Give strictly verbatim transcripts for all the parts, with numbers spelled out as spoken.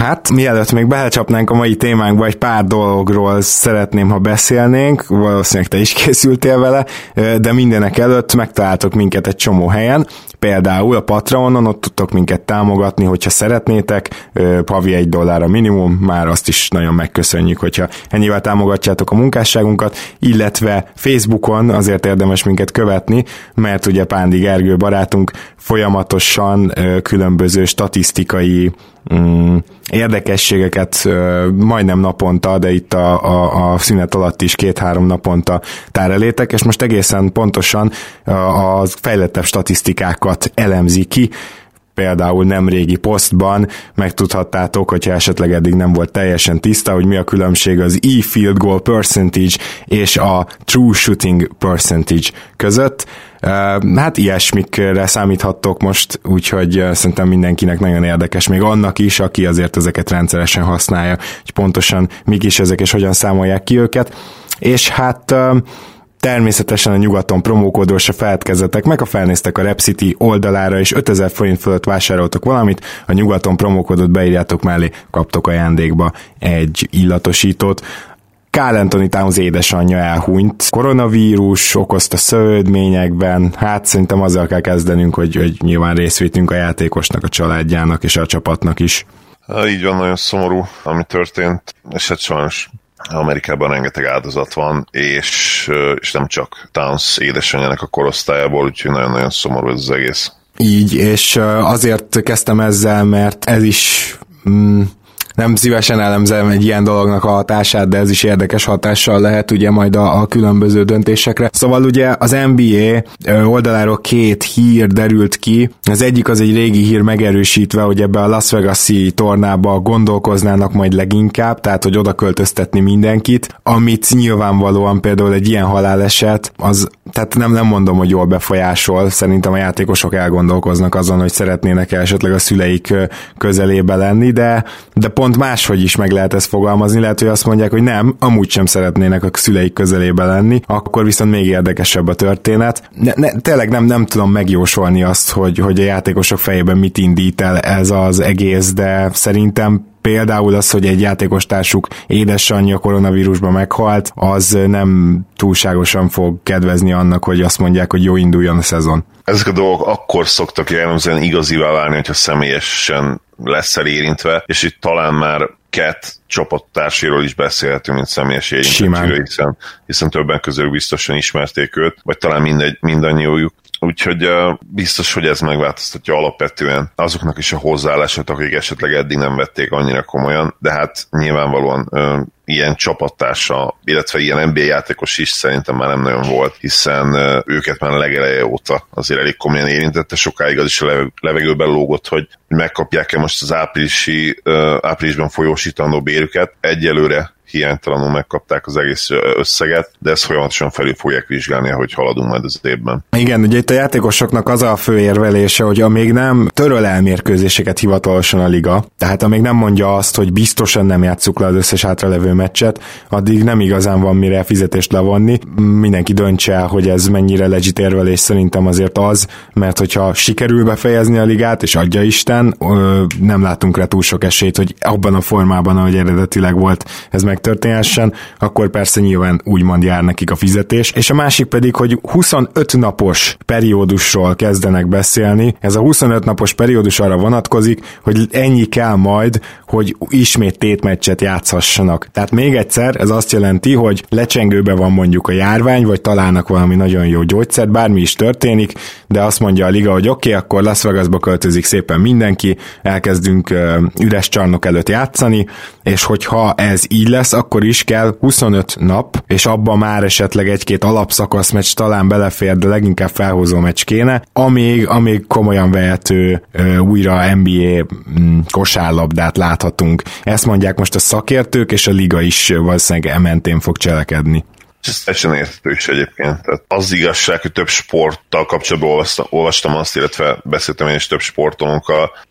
Hát, mielőtt még belecsapnánk a mai témánkba, egy pár dologról szeretném, ha beszélnénk, valószínűleg te is készültél vele, de mindenek előtt megtaláltok minket egy csomó helyen, például a Patreonon, ott tudtok minket támogatni, hogyha szeretnétek, havi egy dollár a minimum, már azt is nagyon megköszönjük, hogyha ennyivel támogatjátok a munkásságunkat, illetve Facebookon azért érdemes minket követni, mert ugye Pándi Gergő barátunk folyamatosan különböző statisztikai Mm, érdekességeket uh, majdnem naponta, de itt a, a, a szünet alatt is két-három naponta tár elétek, és most egészen pontosan uh, a fejlettebb statisztikákat elemzi ki. Például nemrégi posztban megtudhattátok, hogyha esetleg eddig nem volt teljesen tiszta, hogy mi a különbség az e-field goal percentage és a true shooting percentage között. Hát ilyesmikre számíthattok most, úgyhogy szerintem mindenkinek nagyon érdekes, még annak is, aki azért ezeket rendszeresen használja, hogy pontosan mik is ezek, és hogyan számolják ki őket. És hát természetesen a nyugaton promókódról se feledkezzetek meg, ha felnéztek a Repcity oldalára, és ötezer forint fölött vásároltok valamit, a nyugaton promókódot beírjátok mellé, kaptok ajándékba egy illatosítót. Karl Anthony Towns édesanyja elhunyt. Koronavírus okozta szövődményekben, hát szerintem azzal kell kezdenünk, hogy, hogy nyilván részvétünk a játékosnak, a családjának és a csapatnak is. Ha, így van, nagyon szomorú, ami történt, és hát sajnos Amerikában rengeteg áldozat van, és, és nem csak Towns édesanyjának a korosztályából, úgyhogy nagyon-nagyon szomorú ez az egész. Így, és azért kezdtem ezzel, mert ez is... Mm, nem szívesen elemzem egy ilyen dolognak a hatását, de ez is érdekes hatással lehet ugye majd a, a különböző döntésekre. Szóval ugye az en bé á oldaláról két hír derült ki. Az egyik az egy régi hír megerősítve, hogy ebbe a Las Vegas-i tornába gondolkoznának majd leginkább, tehát hogy oda költöztetni mindenkit, amit nyilvánvalóan például egy ilyen haláleset, az, tehát nem, nem mondom, hogy jól befolyásol, szerintem a játékosok elgondolkoznak azon, hogy szeretnének esetleg a szüleik közelébe lenni, de, de pont máshogy is meg lehet ezt fogalmazni, lehet, hogy azt mondják, hogy nem, amúgy sem szeretnének a szüleik közelébe lenni, akkor viszont még érdekesebb a történet. Ne, ne, tényleg nem, nem tudom megjósolni azt, hogy, hogy a játékosok fejében mit indít el ez az egész, de szerintem például az, hogy egy játékostársuk édesanyja koronavírusban meghalt, az nem túlságosan fog kedvezni annak, hogy azt mondják, hogy jó, induljon a szezon. Ezek a dolgok akkor szoktak jellemzően igazivá válni, hogyha személyesen leszel érintve, és itt talán már Cat csapattárséről is beszélhetünk, mint személyes érintettségről, hiszen, hiszen többen közül biztosan ismerték őt, vagy talán mindegy, mindannyiójuk. Úgyhogy uh, biztos, hogy ez megváltoztatja alapvetően azoknak is a hozzáállását, akik esetleg eddig nem vették annyira komolyan, de hát nyilvánvalóan uh, ilyen csapattársa, illetve ilyen en bé á játékos is szerintem már nem nagyon volt, hiszen uh, őket már a legeleje óta azért elég komolyan érintette, sokáig az is a levegőben lógott, hogy megkapják-e most az áprilisi, uh, áprilisban folyósítandó bérüket. Egyelőre hiánytalanul megkapták az egész összeget, de ezt folyamatosan felül fogják vizsgálni, hogy haladunk majd az évben. Igen, ugye itt a játékosoknak az a fő érvelése, hogy amíg nem töröl el mérkőzéseket hivatalosan a liga, tehát amíg nem mondja azt, hogy biztosan nem játsszuk le az összes hátralevő meccset, addig nem igazán van mire fizetést levonni. Mindenki döntse el, hogy ez mennyire legit érvelés, szerintem azért az, mert hogyha sikerül befejezni a ligát, és adja Isten, nem látunk rá túl sok esélyt, hogy abban a formában, ahogy eredetileg volt, ez megtörténhessen, akkor persze nyilván úgymond jár nekik a fizetés. És a másik pedig, hogy huszonöt napos periódusról kezdenek beszélni. Ez a huszonöt napos periódus arra vonatkozik, hogy ennyi kell majd, hogy ismét tétmeccset játszhassanak. Tehát még egyszer, ez azt jelenti, hogy lecsengőben van mondjuk a járvány, vagy találnak valami nagyon jó gyógyszert, bármi is történik, de azt mondja a liga, hogy oké, okay, akkor Las Vegasba költözik szépen mindenki, elkezdünk uh, üres csarnok előtt játszani, és hogyha ez így lesz, akkor is kell huszonöt nap, és abban már esetleg egy-két alapszakasz meccs talán belefér, de leginkább felhozó meccs kéne, amíg, amíg komolyan vehető uh, újra en bé á mm, kosárlabdát láthatunk. Ezt mondják most a szakértők, és a liga is valószínűleg ementén fog cselekedni. Ez teljesen érthető is egyébként. Tehát az igazság, hogy több sporttal kapcsolatban olvastam, olvastam azt, illetve beszéltem én is több sportolónkkal,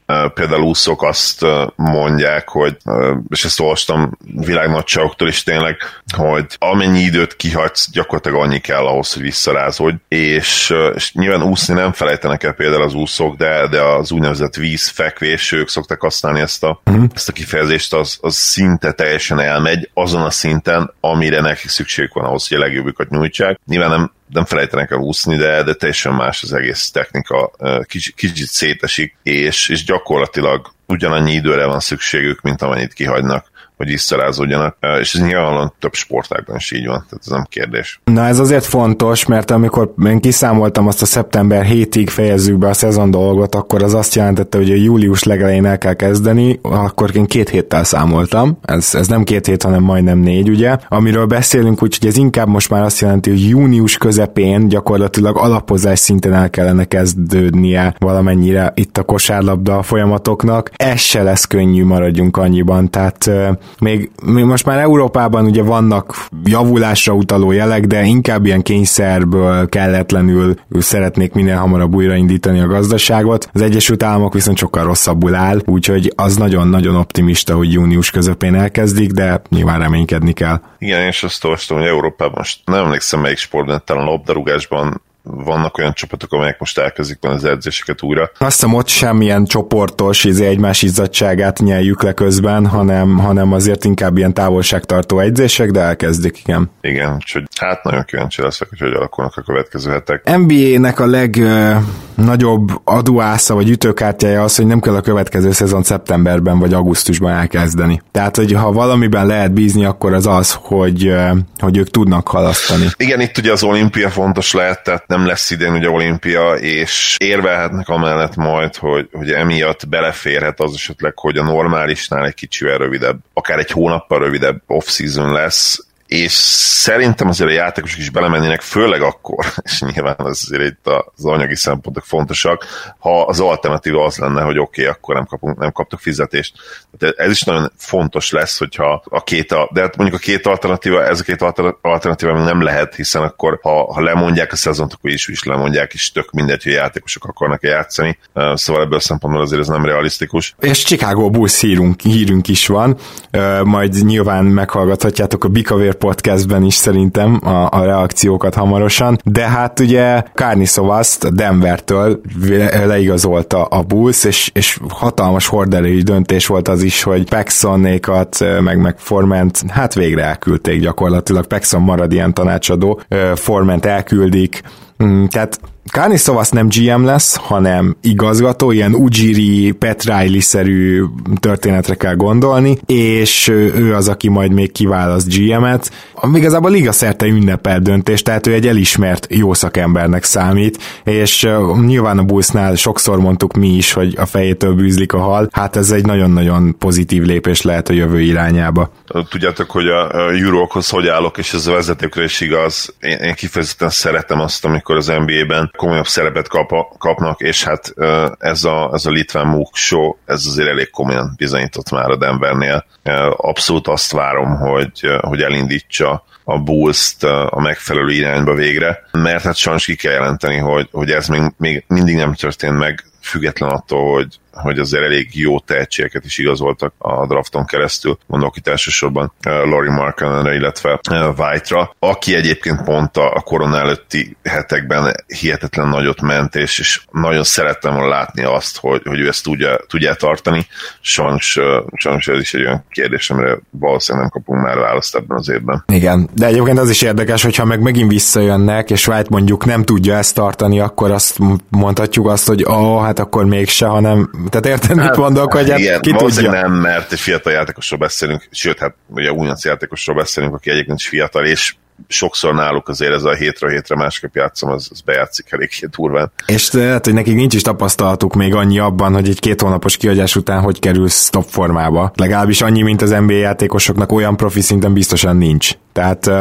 például úszók azt mondják, hogy, és ezt olvastam világnagyságoktól is tényleg, hogy amennyi időt kihagysz, gyakorlatilag annyi kell ahhoz, hogy visszarázódj, és, és nyilván úszni nem felejtenek el például az úszók, de, de az úgynevezett vízfekvés, ők szokták használni ezt a, uh-huh. ezt a kifejezést, az, az szinte teljesen elmegy azon a szinten, amire nekik szükségük van ahhoz, hogy a legjobbjukat nyújtsák. Nyilván nem nem felejtenek el úszni, de, de teljesen más az egész technika, kicsit, kicsit szétesik, és, és gyakorlatilag ugyanannyi időre van szükségük, mint amennyit kihagynak, hogy visszarázódjanak, és ez nyilvánvalóan több sportágban is így van, tehát ez nem kérdés. Na ez azért fontos, mert amikor én kiszámoltam azt a szeptember hétig fejezzük be a szezon dolgot, akkor az azt jelentette, hogy a július legelején el kell kezdeni, akkor én két héttel számoltam, ez, ez nem két hét, hanem majdnem négy, ugye, amiről beszélünk, úgyhogy ez inkább most már azt jelenti, hogy június közepén gyakorlatilag alapozás szinten el kellene kezdődnie valamennyire itt a kosárlabda folyamatoknak, ez se lesz könnyű, maradjunk annyiban, tehát Még, még most már Európában ugye vannak javulásra utaló jelek, de inkább ilyen kényszerből kelletlenül szeretnék minél hamarabb újraindítani a gazdaságot. Az Egyesült Államok viszont sokkal rosszabbul áll, úgyhogy az nagyon-nagyon optimista, hogy június közepén elkezdik, de nyilván reménykedni kell. Igen, és azt olvastam, hogy Európában most nem emlékszem melyik sportban, talán a labdarúgásban vannak olyan csapatok, amelyek most elkezdik van az edzéseket újra. Azt hiszem, ott semmilyen csoportos izé, egymás izzadságát nyeljük le közben, hanem, hanem azért inkább ilyen távolságtartó edzések, de elkezdik, igen. Igen, úgyhogy hát nagyon kíváncsi leszek, hogy hogy alakulnak a következő hetek. en bé á-nek a legnagyobb adóásza vagy ütőkártyája az, hogy nem kell a következő szezon szeptemberben vagy augusztusban elkezdeni. Tehát, hogy ha valamiben lehet bízni, akkor az az, hogy, hogy ők tudnak halasztani. Igen, itt ugye az olimpia fontos lehet, tehát nem lesz idén ugye olimpia, és érvelhetnek amellett majd, hogy, hogy emiatt beleférhet az esetleg, hogy a normálisnál egy kicsivel rövidebb, akár egy hónappal rövidebb off-season lesz, és szerintem azért a játékosok is belemennének, főleg akkor, és nyilván azért itt az anyagi szempontok fontosak, ha az alternatíva az lenne, hogy oké, okay, akkor nem, kapunk, nem kaptok fizetést. Tehát ez is nagyon fontos lesz, hogyha a két, a, de hát mondjuk a két alternatíva, ez a két alternatíva nem lehet, hiszen akkor, ha, ha lemondják a szezont, akkor is, is lemondják, és tök mindegy, hogy a játékosok akarnak játszani. Szóval ebből a szempontból azért ez nem realisztikus. És Chicago Bulls hírünk, hírünk is van, majd nyilván meghallgathatjátok a Bikavér podcastben is szerintem a, a reakciókat hamarosan, de hát ugye Karnisovaszt Denvertől leigazolta a Bulls, és, és hatalmas horderejű döntés volt az is, hogy Paxsonékat, meg, meg Forment, hát végre elküldték gyakorlatilag, Paxson marad ilyen tanácsadó, Forment elküldik, tehát Karnisovas nem gé em lesz, hanem igazgató, ilyen Ujiri, Pat Riley-szerű történetre kell gondolni, és ő az, aki majd még kiválaszt gé em-et. Igazából liga szerte ünnepel döntés, tehát ő egy elismert jó szakembernek számít, és nyilván a Bullsnál sokszor mondtuk mi is, hogy a fejétől bűzlik a hal, hát ez egy nagyon-nagyon pozitív lépés lehet a jövő irányába. Tudjátok, hogy a Eurókhoz hogy állok, és ez a vezetőkre is igaz. Én, én kifejezetten szeretem azt, amikor az en bé á-ben komolyabb szerepet kap, kapnak, és hát ez a, ez a Litván Múk show, ez azért elég komolyan bizonyított már a Denvernél. Abszolút azt várom, hogy, hogy elindítsa a Bulls-t a megfelelő irányba végre, mert hát sajnos ki kell jelenteni, hogy, hogy ez még, még mindig nem történt meg, független attól, hogy, hogy azért elég jó tehetségeket is igazoltak a drafton keresztül. Mondok itt elsősorban Lauri Markkanenre, illetve White-ra, aki egyébként pont a korona előtti hetekben hihetetlen nagyot ment, és, és nagyon szerettem volna látni azt, hogy, hogy ő ezt tudja, tudja tartani. Sajnos, sajnos ez is egy olyan kérdés, amire valószínűleg nem kapunk már választ ebben az évben. Igen, de egyébként az is érdekes, hogyha meg megint visszajönnek, és White mondjuk nem tudja ezt tartani, akkor azt mondhatjuk azt, hogy ó, oh, hát akkor mégse, hanem tehát érted, hát, mit mondok, hogy hát igen, ki tudja? Nem, mert egy fiatal játékosról beszélünk, sőt, hát ugye újonc játékosról beszélünk, aki egyébként is fiatal, és sokszor náluk azért ez a hétről hétre másképp játszom, az, az bejátszik eléggé durván. És lehet, hogy nekik nincs is tapasztalatuk még annyi abban, hogy egy két hónapos kihagyás után hogy kerülsz top formába. Legalábbis annyi, mint az en bé á játékosoknak olyan profi szinten biztosan nincs. Tehát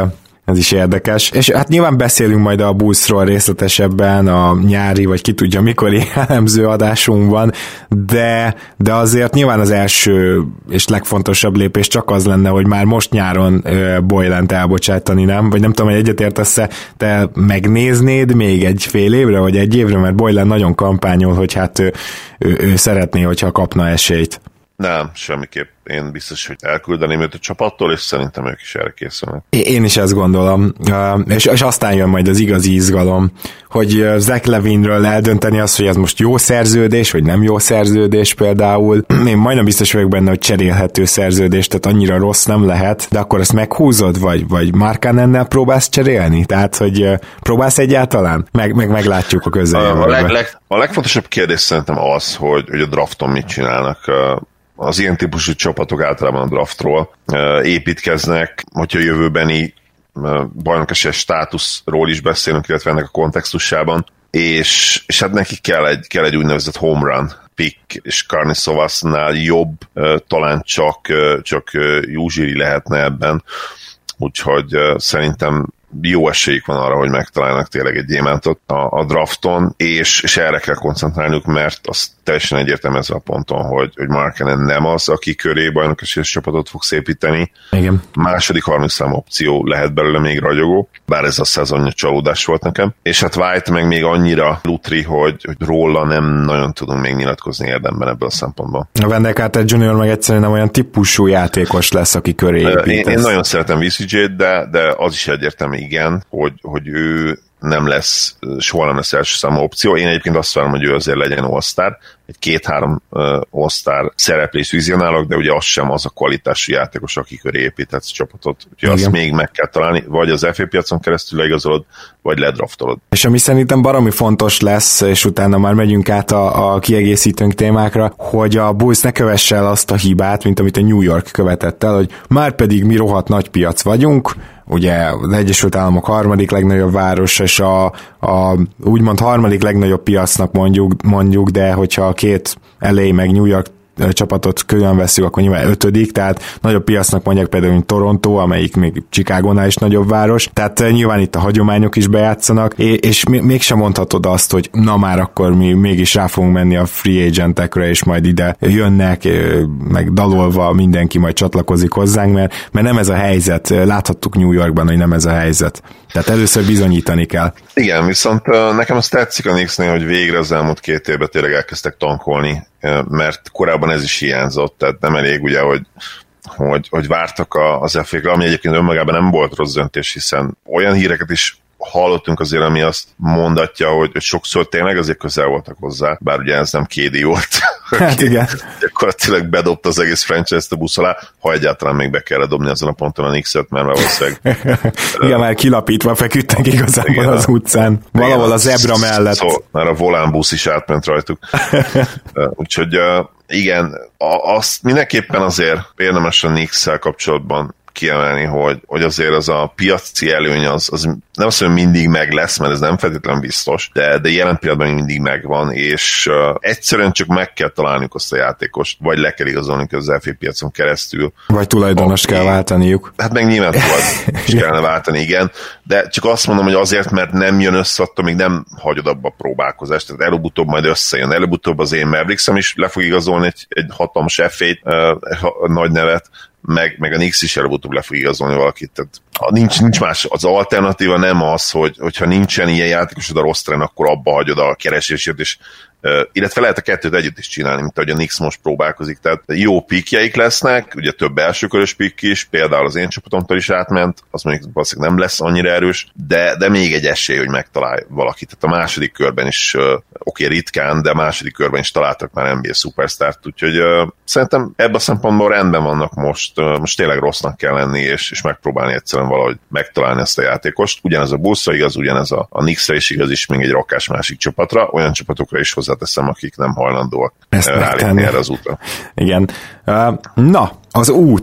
ez is érdekes. És hát nyilván beszélünk majd a Bullsról részletesebben a nyári, vagy ki tudja mikori elemző adásunkban, de, de azért nyilván az első és legfontosabb lépés csak az lenne, hogy már most nyáron uh, Boylant elbocsátani, nem? Vagy nem tudom, hogy egyetértesz-e, te megnéznéd még egy fél évre, vagy egy évre, mert Boylan nagyon kampányol, hogy hát ő, ő, ő szeretné, hogyha kapna esélyt. Nem, semmiképp. Én biztos, hogy elküldeném őt a csapattól, és szerintem ők is erre készülnek. Én is ezt gondolom, és, és aztán jön majd az igazi izgalom, hogy Zach Levinről eldönteni azt, hogy ez most jó szerződés, vagy nem jó szerződés például. Én majdnem biztos vagyok benne, hogy cserélhető szerződés, tehát annyira rossz nem lehet, de akkor ezt meghúzod, vagy, vagy Markkanennel próbálsz cserélni? Tehát, hogy próbálsz egyáltalán? Meg, meg meglátjuk a közeljövőben. A, leg, leg, a legfontosabb kérdés szerintem az, hogy, hogy a drafton mit csinálnak. Az ilyen típusú csapatok általában a draftról építkeznek, hogyha jövőbeni bajnokesélyes státuszról is beszélünk, illetve ennek a kontextusában, és, és hát neki kell egy, kell egy úgynevezett home run pick, és Karnisovasnál jobb talán csak, csak Júzsiri lehetne ebben, úgyhogy szerintem jó esélyük van arra, hogy megtalálnak tényleg egy gyémántot a, a drafton, és, és erre kell koncentrálniuk, mert az teljesen egyértelmű ezzel a ponton, hogy, hogy Markkanen nem az, aki köré bajnokesélyes csapatot fog szépíteni. Igen. Második harminc szám opció lehet belőle még ragyogó, bár ez a szezonja csalódás volt nekem. És hát White meg még annyira lutri, hogy, hogy róla nem nagyon tudunk még nyilatkozni érdemben ebből a szempontból. A Wendell Carter junior meg egyszerűen nem olyan típusú játékos lesz, aki köré épít. Én, én nagyon szeretem vé cé jét, de, de az is egyértelmű, igen, hogy, hogy ő nem lesz, soha nem lesz első számú opció. Én egyébként azt várom, hogy ő azért legyen all-star, egy két-három uh, all-star szereplést vizionálok, de ugye az sem az a kvalitású játékos, aki köré építhetsz csapatot. Úgyhogy azt még meg kell találni, vagy az ef á piacon keresztül leigazolod, vagy ledraftolod. És ami szerintem baromi fontos lesz, és utána már megyünk át a, a kiegészítőnk témákra, hogy a Bulls ne kövesse el azt a hibát, mint amit a New York követett el, hogy már pedig mi rohadt nagy piac vagyunk, ugye az Egyesült Államok harmadik legnagyobb város, és a, a úgymond harmadik legnagyobb piacnak mondjuk, mondjuk, de hogyha a két el á meg New York csapatot külön veszük, akkor nyilván ötödik, tehát nagyobb piacnak mondják például, mint Toronto, amelyik még Chicagónál is nagyobb város, tehát nyilván itt a hagyományok is bejátszanak, és mégsem mondhatod azt, hogy na már akkor mi mégis rá fogunk menni a free agentekre, és majd ide jönnek, meg dalolva mindenki majd csatlakozik hozzánk, mert, mert nem ez a helyzet, láthattuk New Yorkban, hogy nem ez a helyzet. Tehát először bizonyítani kell. Igen, viszont nekem azt tetszik a Knicksnél, hogy végre az elmúlt két évben tényleg elkezdtek tankolni, mert korábban ez is hiányzott, tehát nem elég ugye, hogy, hogy, hogy vártak az ef á-kra, ami egyébként önmagában nem volt rossz döntés, hiszen olyan híreket is hallottunk azért, ami azt mondatja, hogy, hogy sokszor tényleg azért közel voltak hozzá, bár ugye ez nem ká dé volt. Hát igen. Gyakorlatilag bedobta az egész franchise-t a busz alá, ha egyáltalán még be kellett dobni azon a ponton a Knicks-et, mert már valószínűleg... igen, már kilapítva feküdtek igazából igen, az utcán. Valahol a zebra mellett. Szóval már a volánbusz is átment rajtuk. Úgyhogy igen, azt mindenképpen azért érdemes a Knicks-szel kapcsolatban kiemelni, hogy, hogy azért az a piaci előny az, az nem azt mondom, mindig meg lesz, mert ez nem feltétlenül biztos, de, de jelen pillanatban mindig megvan, és uh, egyszerűen csak meg kell találniuk azt a játékost, vagy le kell igazolni az ef á piacon keresztül. Vagy tulajdonost kell váltaniuk. Hát meg nyilván tulajdonost kellene váltani, igen, de csak azt mondom, hogy azért, mert nem jön össze, attól még nem hagyod abba a próbálkozást, tehát előbb-utóbb majd összejön, előbb-utóbb az én Mavericksem is le fog igazolni egy, egy hatalmas ef á-t, uh, nagy nevet, meg, meg a Knicks is előbb-utóbb le fog igazolni valakit. Tehát nincs, nincs más. Az alternatíva nem az, hogy, hogyha nincsen ilyen játékosod a rosteren, akkor abba hagyod a keresését, és Uh, illetve lehet a kettőt együtt is csinálni, mint ahogy a Knicks most próbálkozik. Tehát jó pikjeik lesznek, ugye több elsőkörös pikk is, például az én csapatomtól is átment, az mondjuk valószínűleg nem lesz annyira erős, de, de még egy esély, hogy megtalálj valakit. Tehát a második körben is, uh, oké, okay, ritkán, de a második körben is találtak már en bé á szupersztárt, úgyhogy uh, szerintem ebben a szempontból rendben vannak most, uh, most tényleg rossznak kell lenni, és, és megpróbálni egyszerűen valahogy megtalálni ezt a játékost. Ugyanez a Bullsra igaz, ugyanez a, a Knicksre is igaz, is még egy rakás másik csapatra, olyan csapatokra is hozzá teszem, akik nem hajlandóak rálépni erre az útra. Igen. Uh, na, az út.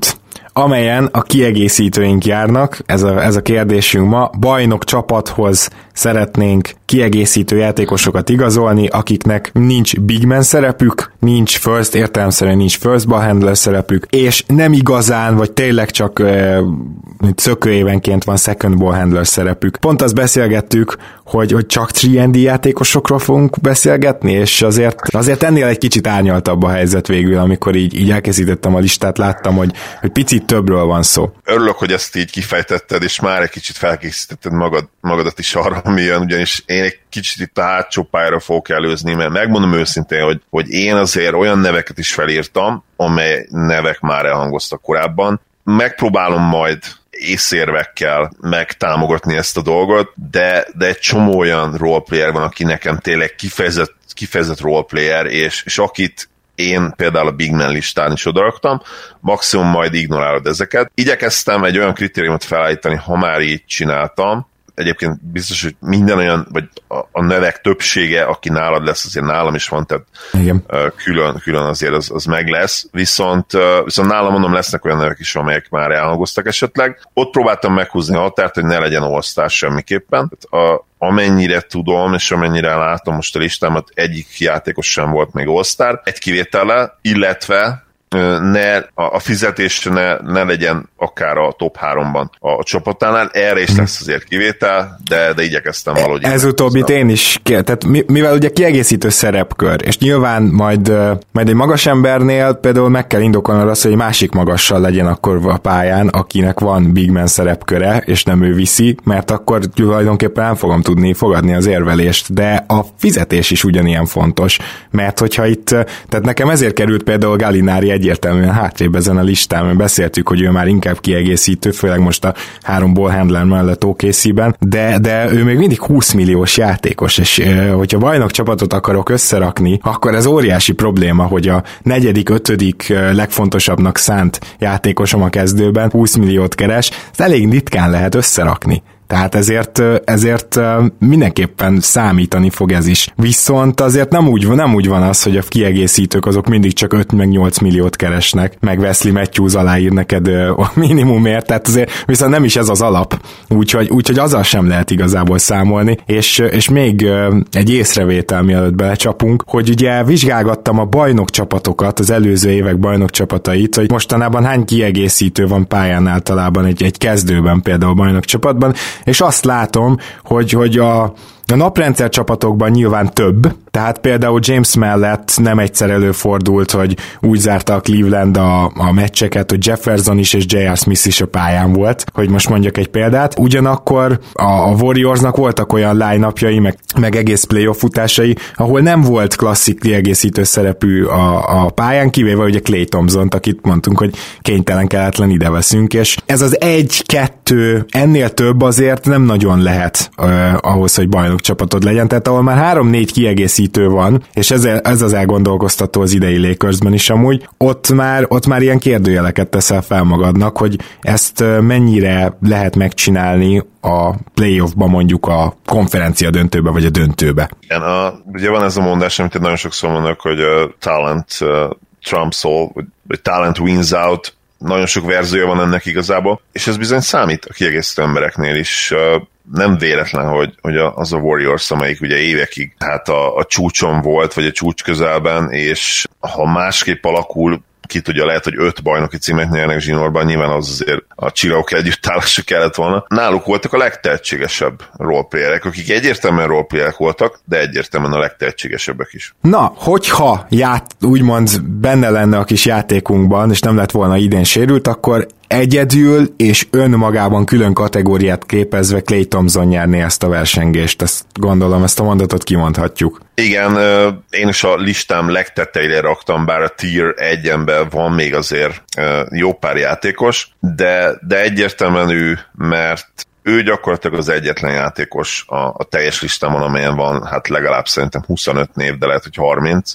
amelyen a kiegészítőink járnak, ez a, ez a kérdésünk ma, bajnok csapathoz szeretnénk kiegészítő játékosokat igazolni, akiknek nincs big man szerepük, nincs first, értelemszerűen nincs first ball handler szerepük, és nem igazán, vagy tényleg csak uh, szökőévenként van second ball handler szerepük. Pont azt beszélgettük, hogy, hogy csak három and D játékosokról fogunk beszélgetni, és azért, azért ennél egy kicsit árnyaltabb a helyzet végül, amikor így, így elkészítettem a listát, láttam, hogy, hogy picit többről van szó. Örülök, hogy ezt így kifejtetted, és már egy kicsit felkészítetted magad, magadat is arra, ami jön, ugyanis én egy kicsit itt a hátsó pályára fogok előzni, mert megmondom őszintén, hogy, hogy én azért olyan neveket is felírtam, amely nevek már elhangoztak korábban. Megpróbálom majd észérvekkel megtámogatni ezt a dolgot, de, de egy csomó olyan roleplayer van, aki nekem tényleg kifejezett, kifejezett roleplayer, és, és akit én például a Big Man listán is odaraktam, maximum majd ignorálod ezeket. Igyekeztem egy olyan kritériumot felállítani, ha már így csináltam, egyébként biztos, hogy minden olyan, vagy a, a nevek többsége, aki nálad lesz, azért nálam is van, tehát igen. Külön, külön azért az, az meg lesz, viszont, viszont nálam mondom, lesznek olyan nevek is, amelyek már elhangoztak esetleg. Ott próbáltam meghúzni a határt, hogy ne legyen all-star semmiképpen. A, amennyire tudom, és amennyire látom most a listámat, egyik játékos sem volt még all-star, egy kivétellel, illetve ne, a fizetés ne, ne legyen akár a top háromban a csapatánál, erre is lesz azért kivétel, de, de igyekeztem valahogy. Ez utóbbit én is, tehát mivel ugye kiegészítő szerepkör, és nyilván majd, majd egy magas embernél például meg kell indokolnod azt, hogy egy másik magassal legyen akkor a pályán, akinek van big man szerepköre, és nem ő viszi, mert akkor tulajdonképpen nem fogom tudni fogadni az érvelést, de a fizetés is ugyanilyen fontos, mert hogyha itt, tehát nekem ezért került például Gallinari egyértelműen hátrébb ezen a listán, mert beszéltük, hogy ő már inkább kiegészítő, főleg most a három ball handler mellett o ká cé-ben, de, de ő még mindig húsz milliós játékos, és hogyha bajnok csapatot akarok összerakni, akkor ez óriási probléma, hogy a negyedik, ötödik legfontosabbnak szánt játékosom a kezdőben húsz milliót keres, ezt elég ritkán lehet összerakni. Tehát ezért, ezért mindenképpen számítani fog ez is. Viszont azért nem úgy, nem úgy van az, hogy a kiegészítők azok mindig csak öt meg nyolc milliót keresnek, meg Wesley Matthews aláír neked a minimumért, tehát azért viszont nem is ez az alap, úgyhogy, úgyhogy azzal sem lehet igazából számolni, és, és még egy észrevétel mielőtt belecsapunk, hogy ugye vizsgálgattam a bajnok csapatokat, az előző évek bajnok csapatait, hogy mostanában hány kiegészítő van pályán általában egy, egy kezdőben, például bajnok csapatban, és azt látom, hogy, hogy a, a naprendszer csapatokban nyilván több, tehát például James mellett nem egyszer előfordult, hogy úgy zárta a Cleveland a, a meccseket, hogy Jefferson is és jé er. Smith is a pályán volt, hogy most mondjak egy példát. Ugyanakkor a, a Warriorsnak voltak olyan line-upjai, meg, meg egész playoff futásai, ahol nem volt klasszik kiegészítő szerepű a, a pályán, kivéve ugye Klay Thompsont, akit mondtunk, hogy kénytelen kelletlen ide veszünk, és ez az egy-kettő, ennél több azért nem nagyon lehet uh, ahhoz, hogy bajnok csapatod legyen, tehát ahol már három-négy kiegészítő van, és ez, ez az elgondolkoztató az idei Lakersben is amúgy, ott már, ott már ilyen kérdőjeleket teszel fel magadnak, hogy ezt mennyire lehet megcsinálni a playoffban, mondjuk a konferencia döntőbe, vagy a döntőbe. Igen, a, ugye van ez a mondás, amit én nagyon sokszor mondok, hogy uh, talent uh, trumps all, vagy talent wins out, nagyon sok verziója van ennek igazából, és ez bizony számít a kiegészítő embereknél is. Uh, nem véletlen, hogy, hogy az a Warriors, amelyik ugye évekig hát a, a csúcson volt, vagy a csúcs közelben, és ha másképp alakul, ki tudja, lehet, hogy öt bajnoki címet nyernek zsinórban, nyilván az azért a csillagok együttállása kellett volna. Náluk voltak a legtehetségesebb roleplayerek, akik egyértelműen roleplayerek voltak, de egyértelműen a legtehetségesebbek is. Na, hogyha ját, úgymond benne lenne a kis játékunkban, és nem lett volna idén sérült, akkor egyedül és önmagában külön kategóriát képezve Klay Thompson nyerné ezt a versengést. Ezt gondolom, ezt a mondatot kimondhatjuk. Igen, én is a listám legtetejére raktam, bár a tier egyenben van még azért jó pár játékos, de, de egyértelműen ő, mert ő gyakorlatilag az egyetlen játékos a, a teljes listámon, amelyen van hát legalább szerintem huszonöt név, de lehet, hogy harminc.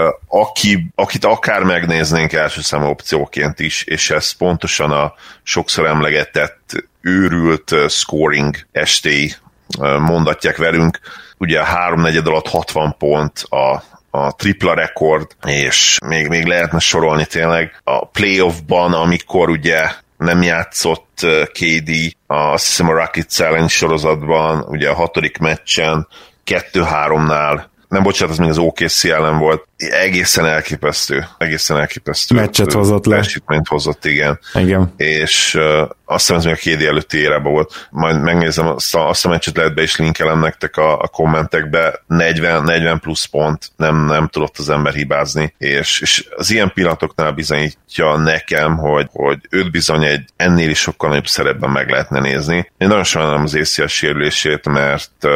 Aki, akit akár megnéznénk első számú opcióként is, és ez pontosan a sokszor emlegetett őrült scoring estély mondatják velünk. Ugye a háromnegyed alatt hatvan pont, a a tripla rekord, és még, még lehetne sorolni tényleg. A playoffban, amikor ugye nem játszott ké dé, azt hiszem a Rockets ellen sorozatban, ugye a hatodik meccsen kettő háromnál, nem bocsánat, az még az o ká cé ellen volt, egészen elképesztő, egészen elképesztő. Meccset hozott le. Teljesítményt hozott, igen. Igen. És uh, azt hiszem, ez még a ké dé előtti érában volt. Majd megnézem, azt a, azt a meccset lehet be is linkelem nektek a, a kommentekbe. negyven, negyven plusz pont, nem, nem tudott az ember hibázni, és, és az ilyen pillanatoknál bizonyítja nekem, hogy, hogy őt bizony egy ennél is sokkal nagyobb szerepben meg lehetne nézni. Én nagyon sajnálom az á cé el sérülését, mert uh,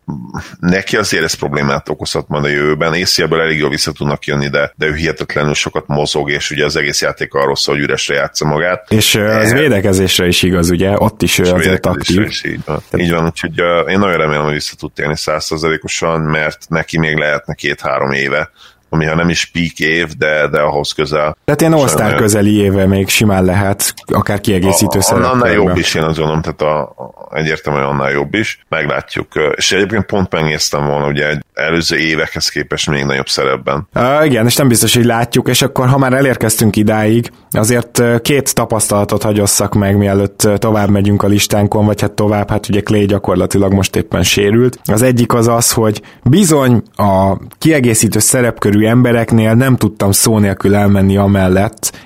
neki azért ez problémát okozhat majd a jövőben. á cé elből elég jól vissza tudnak jönni, de, de ő hihetetlenül sokat mozog, és ugye az egész játék arról szól, hogy üresre játsza magát. És ez e... védekezésre is igaz, ugye? Ott is ő azért aktív. Is, így van. így van, úgyhogy uh, én nagyon remélem, hogy vissza tud térni száz százalékosan, mert neki még lehetne két-három éve, ami ha nem is peak év, de, de ahhoz közel. Tehát ilyen all-star közeli éve még simán lehet, akár kiegészítő szerepben. Annál jobb is, én azt gondolom, tehát a, a, egyértelműen annál jobb is. Meglátjuk. És egyébként pont megnéztem volna, ugye egy előző évekhez képest még nagyobb szerepben. Uh, igen, és nem biztos, hogy látjuk, és akkor ha már elérkeztünk idáig, azért két tapasztalatot hagyosszak meg, mielőtt tovább megyünk a listánkon, vagy hát tovább, hát ugye Clay gyakorlatilag most éppen sérült. Az egyik az az, hogy bizony a kiegészítő szerepkörű embereknél nem tudtam szó nélkül elmenni amellett,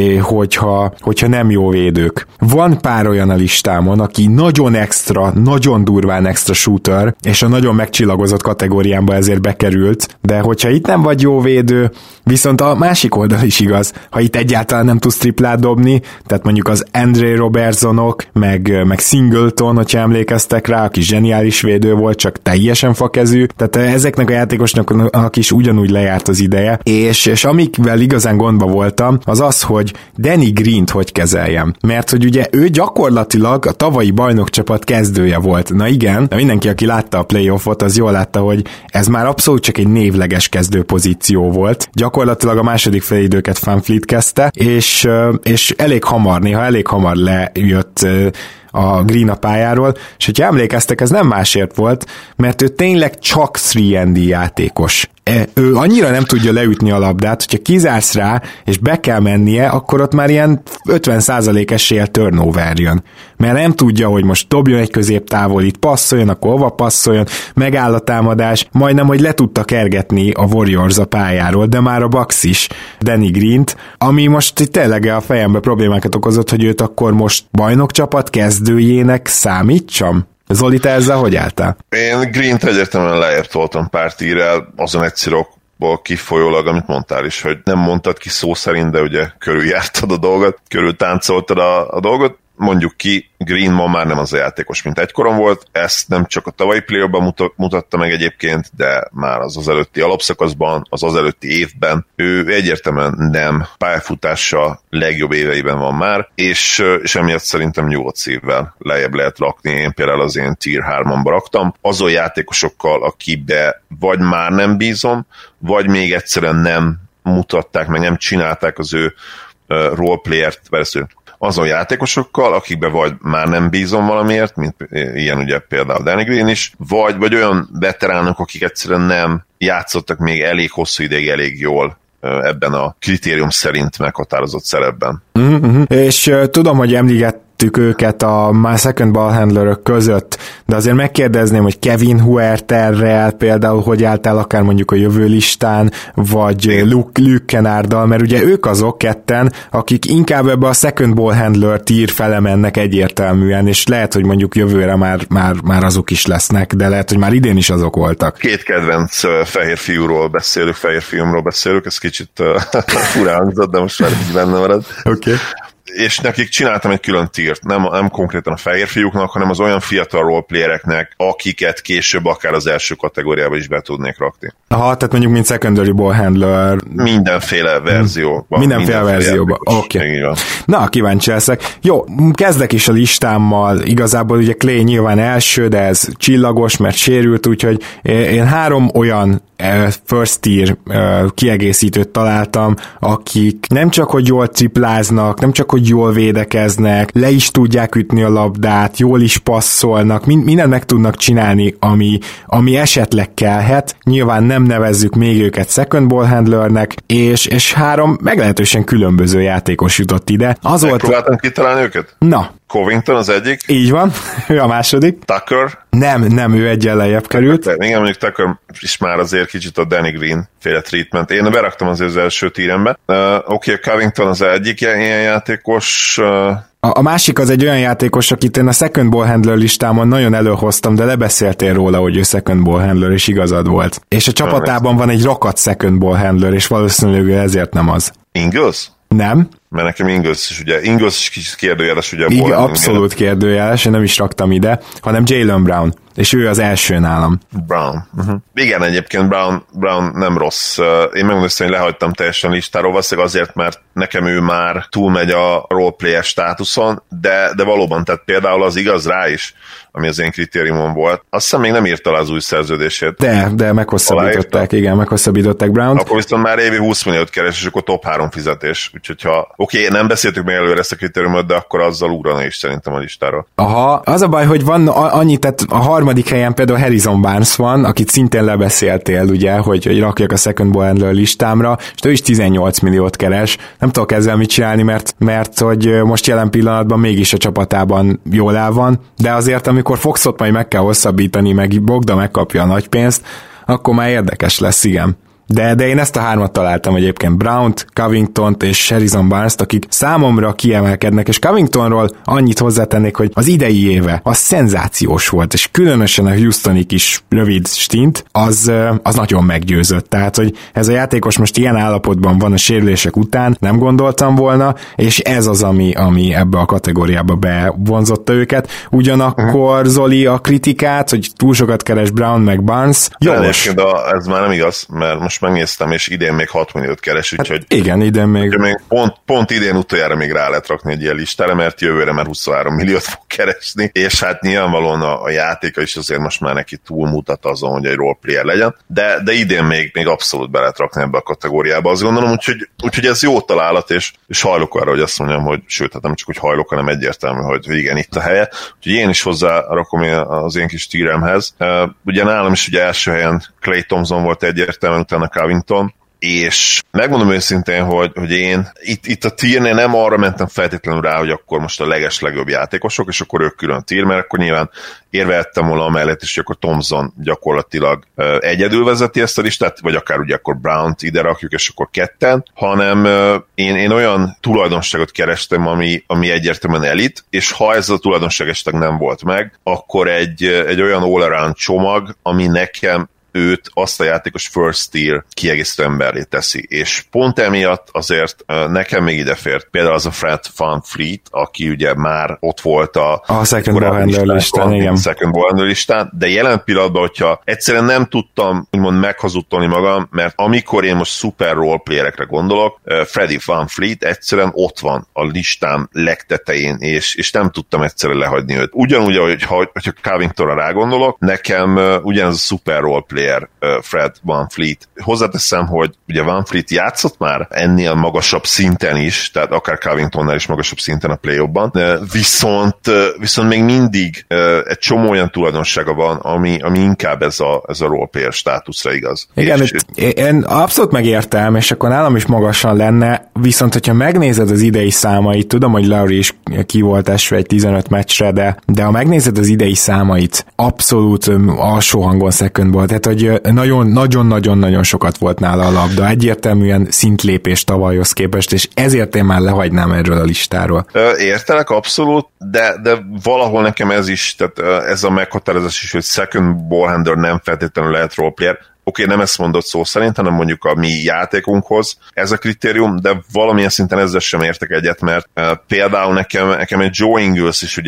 hogyha, hogyha nem jó védők. Van pár olyan a listámon, aki nagyon extra, nagyon durván extra shooter, és a nagyon megcsillagozott kategóriámba ezért bekerült, de hogyha itt nem vagy jó védő, viszont a másik oldal is igaz, ha itt egyáltalán nem tudsz triplát dobni, tehát mondjuk az Andre Robertsonok, meg, meg Singleton, hogyha emlékeztek rá, aki zseniális védő volt, csak teljesen fakezű, tehát ezeknek a játékosnak is ugyanúgy lejárt az ideje, és, és amikvel igazán gondba voltam, az az, hogy Danny Greent hogy kezeljem. Mert hogy ugye ő gyakorlatilag a tavalyi bajnokcsapat kezdője volt. Na igen, de mindenki, aki látta a playoffot, az jól látta, hogy ez már abszolút csak egy névleges kezdő pozíció volt. Gyakorlatilag a második felidőket Van Fleet kezdte, és, és elég hamar, néha elég hamar lejött a Green a pályáról, és hogyha emlékeztek, ez nem másért volt, mert ő tényleg csak három and D játékos. Ő annyira nem tudja leütni a labdát, hogyha kizársz rá, és be kell mennie, akkor ott már ilyen ötven százalék eséllyel turnover jön. Mert nem tudja, hogy most dobjon egy középtávolit, passzoljon, akkor hova passzoljon, megáll a támadás, majdnem, hogy le tudta kergetni a Warriors a pályáról, de már a Bucks is Danny Greent, ami most itt tényleg a fejembe problémákat okozott, hogy őt akkor most bajnokcsapat kezdőjének számítsam? Zoli, te ezzel hogy álltál? Én Greent egyértelműen lejjebb toltam pár tírrel, azon egyszerokból kifolyólag, amit mondtál is, hogy nem mondtad ki szó szerint, de ugye körüljártad a dolgot, körül táncoltad a, a dolgot. Mondjuk ki, Green ma már nem az a játékos, mint egykoron volt, ezt nem csak a tavalyi play-offban mutatta meg egyébként, de már az az előtti alapszakaszban, az az előtti évben, ő egyértelműen nem pályafutása legjobb éveiben van már, és, és emiatt szerintem nyolc évvel lejjebb lehet rakni, én például az én tier hármamba raktam, azon játékosokkal, akibe vagy már nem bízom, vagy még egyszerűen nem mutatták, meg nem csinálták az ő uh, roleplayert, vesző azon játékosokkal, akikbe vagy már nem bízom valamiért, mint ilyen ugye például Danny Green is, vagy, vagy olyan veteránok, akik egyszerűen nem játszottak még elég hosszú ideig elég jól ebben a kritérium szerint meghatározott szerepben. Mm-hmm. És uh, tudom, hogy említett őket a már second ball handlerök között, de azért megkérdezném, hogy Kevin Huerterrel például hogy álltál akár mondjuk a jövő listán, vagy Luke, Luke Kennarddal, mert ugye ők azok ketten, akik inkább ebbe a second ball handler tier fele mennek egyértelműen, és lehet, hogy mondjuk jövőre már, már, már azok is lesznek, de lehet, hogy már idén is azok voltak. Két kedvenc uh, fehér fiúról beszélünk, fehér fiúmról beszélünk, ez kicsit uh, furán hangzott, de most már így benne marad. Oké. Okay. És nekik csináltam egy külön tírt, nem, nem konkrétan a fehér fiúknak, hanem az olyan fiatal roleplayereknek, akiket később akár az első kategóriába is be tudnék rakni. Aha, tehát mondjuk mint secondary ball handler. Mindenféle verzióban. Mindenféle, mindenféle verzióban, oké. Okay. Na, kíváncsi leszek. Jó, kezdek is a listámmal, igazából ugye Clay nyilván első, de ez csillagos, mert sérült, úgyhogy én három olyan first tier kiegészítőt találtam, akik nem csak, hogy jól tripláznak, nem csak, hogy jól védekeznek, le is tudják ütni a labdát, jól is passzolnak, mindent meg tudnak csinálni, ami, ami esetleg kellhet. Nyilván nem nevezzük még őket second ball handlernek, és, és három meglehetősen különböző játékos jutott ide. Az Megpróbáltam volt... kitalálni őket? Na. Covington az egyik. Így van, ő a második. Tucker. Nem, nem, ő egyen lejjebb került. De, igen, mondjuk Tucker is már azért kicsit a Danny Green féle treatment. Én beraktam azért az első tírembe. Uh, Oké, okay, Covington az egyik ilyen játékos. Uh... A, a másik az egy olyan játékos, akit én a second ball handler listámon nagyon előhoztam, de lebeszéltél róla, hogy ő second ball handler, és igazad volt. És a csapatában van egy rakat second ball handler, és valószínűleg ezért nem az. Ingles? Nem. Mert nekem Ingles is, ugye, Ingles is kicsit kérdőjeles, ugye. Igen, abszolút kérdőjeles, én nem is raktam ide, hanem Jaylen Brown, és ő az első nálam. Brown. Uh-huh. Igen, egyébként Brown, Brown nem rossz. Én megmondom, hogy lehagytam teljesen listáról, valószínűleg azért, mert nekem ő már túlmegy a roleplayer státuszon, de, de valóban, tehát például az igaz rá is, ami az én kritériumom volt. Azt hiszem még nem írta az új szerződését. De, de meghosszabbították, igen, meghosszabbították Brown-t. Akkor viszont már évi húsz milliót keres, és akkor top három fizetés. Úgyhogy ha, oké, okay, nem beszéltük még előre ezt a kritériumot, de akkor azzal ugrana is szerintem a listára. Aha, az a baj, hogy van annyi, tehát a harmadik helyen például Harrison Barnes van, akit szintén lebeszéltél, ugye, hogy, hogy rakjak a second ball handler listámra, és ő is tizennyolc milliót keres. Nem tudok ezzel mit csinálni, mert, mert hogy most jelen pillanatban mégis a csapatában jól el van, de azért, amikor Foxot majd meg kell hosszabbítani, meg Bogda megkapja a nagy pénzt, akkor már érdekes lesz, igen. De, de én ezt a hármat találtam egyébként, Brownt, Covingtont és Harrison Barnes-t, akik számomra kiemelkednek, és Covingtonról annyit hozzátennék, hogy az idei éve az szenzációs volt, és különösen a Houstoni kis rövid stint, az, az nagyon meggyőzött. Tehát, hogy ez a játékos most ilyen állapotban van a sérülések után, nem gondoltam volna, és ez az, ami, ami ebbe a kategóriába bevonzotta őket. Ugyanakkor uh-huh. Zoli a kritikát, hogy túl sokat keres Brown meg Barnes. Jogos. De ez már nem igaz, mert most megnéztem, és idén még hat milliót keres, úgyhogy hát igen, idén még... még pont, pont idén utoljára még rá lehet rakni egy ilyen listára, mert jövőre már huszonhárom milliót fog keresni, és hát nyilvánvalóan a, a játéka is azért most már neki túlmutat azon, hogy egy roleplayer legyen, de, de idén még, még abszolút be lehet rakni ebbe a kategóriába, azt gondolom, úgyhogy, úgyhogy ez jó találat, és, és hajlok arra, hogy azt mondjam, hogy sőt, hát nem csak, hogy hajlok, hanem egyértelmű, hogy, hogy igen, itt a helye. Úgyhogy én is hozzá rakom az én kis tíremhez. Uh, ugye nálam is ugye első helyen Klay Thompson volt egyértelműen, utána Covington, és megmondom őszintén, hogy, hogy én itt, itt a tírnél nem arra mentem feltétlenül rá, hogy akkor most a legeslegjobb játékosok, és akkor ők külön tír, mert akkor nyilván érvehettem volna amellett is, hogy akkor Thompson gyakorlatilag uh, egyedül vezeti ezt a listát, vagy akár ugye akkor Brown-t ide rakjuk, és akkor ketten, hanem uh, én, én olyan tulajdonságot kerestem, ami, ami egyértelműen elit, és ha ez a tulajdonság esetleg nem volt meg, akkor egy, egy olyan all-around csomag, ami nekem őt azt a játékos first tier kiegészítő emberré teszi. És pont emiatt azért nekem még ide fért például az a Fred VanVleet, aki ugye már ott volt a, a second ball handler listán, igen. second ball handler listán, de jelen pillanatban, hogyha egyszerűen nem tudtam úgymond meghazudtolni magam, mert amikor én most szuper roleplayerekre gondolok, Freddie VanVleet egyszerűen ott van a listám legtetején, és, és nem tudtam egyszerűen lehagyni őt. Ugyanúgy, hogyha, hogyha Covingtonra rágondolok, nekem ugyanez a szuper roleplayer Fred VanVleet. Hozzáteszem, hogy ugye VanVleet játszott már ennél magasabb szinten is, tehát akár Covingtonnál is magasabb szinten a play-offban, viszont, viszont még mindig egy csomó olyan tulajdonsága van, ami, ami inkább ez a, ez a roleplayer státuszra igaz. Igen, és, én abszolút megértem, és akkor nálam is magasan lenne, viszont hogyha megnézed az idei számait, tudom, hogy Lowry is ki volt esve egy tizenöt meccsre, de, de ha megnézed az idei számait, abszolút alsó hangon second ball, tehát hogy nagyon-nagyon-nagyon sokat volt nála a labda, egyértelműen szintlépés tavalyhoz képest, és ezért én már lehagynám erről a listáról. Értelek abszolút, de, de valahol nekem ez is, tehát ez a meghatározás is, hogy second ball handler nem feltétlenül lehet roleplayer. Oké, okay, nem ezt mondott szó szerint, hanem mondjuk a mi játékunkhoz ez a kritérium, de valamilyen szinten ezzel sem értek egyet, mert uh, például nekem, nekem egy Joe Ingles is ugye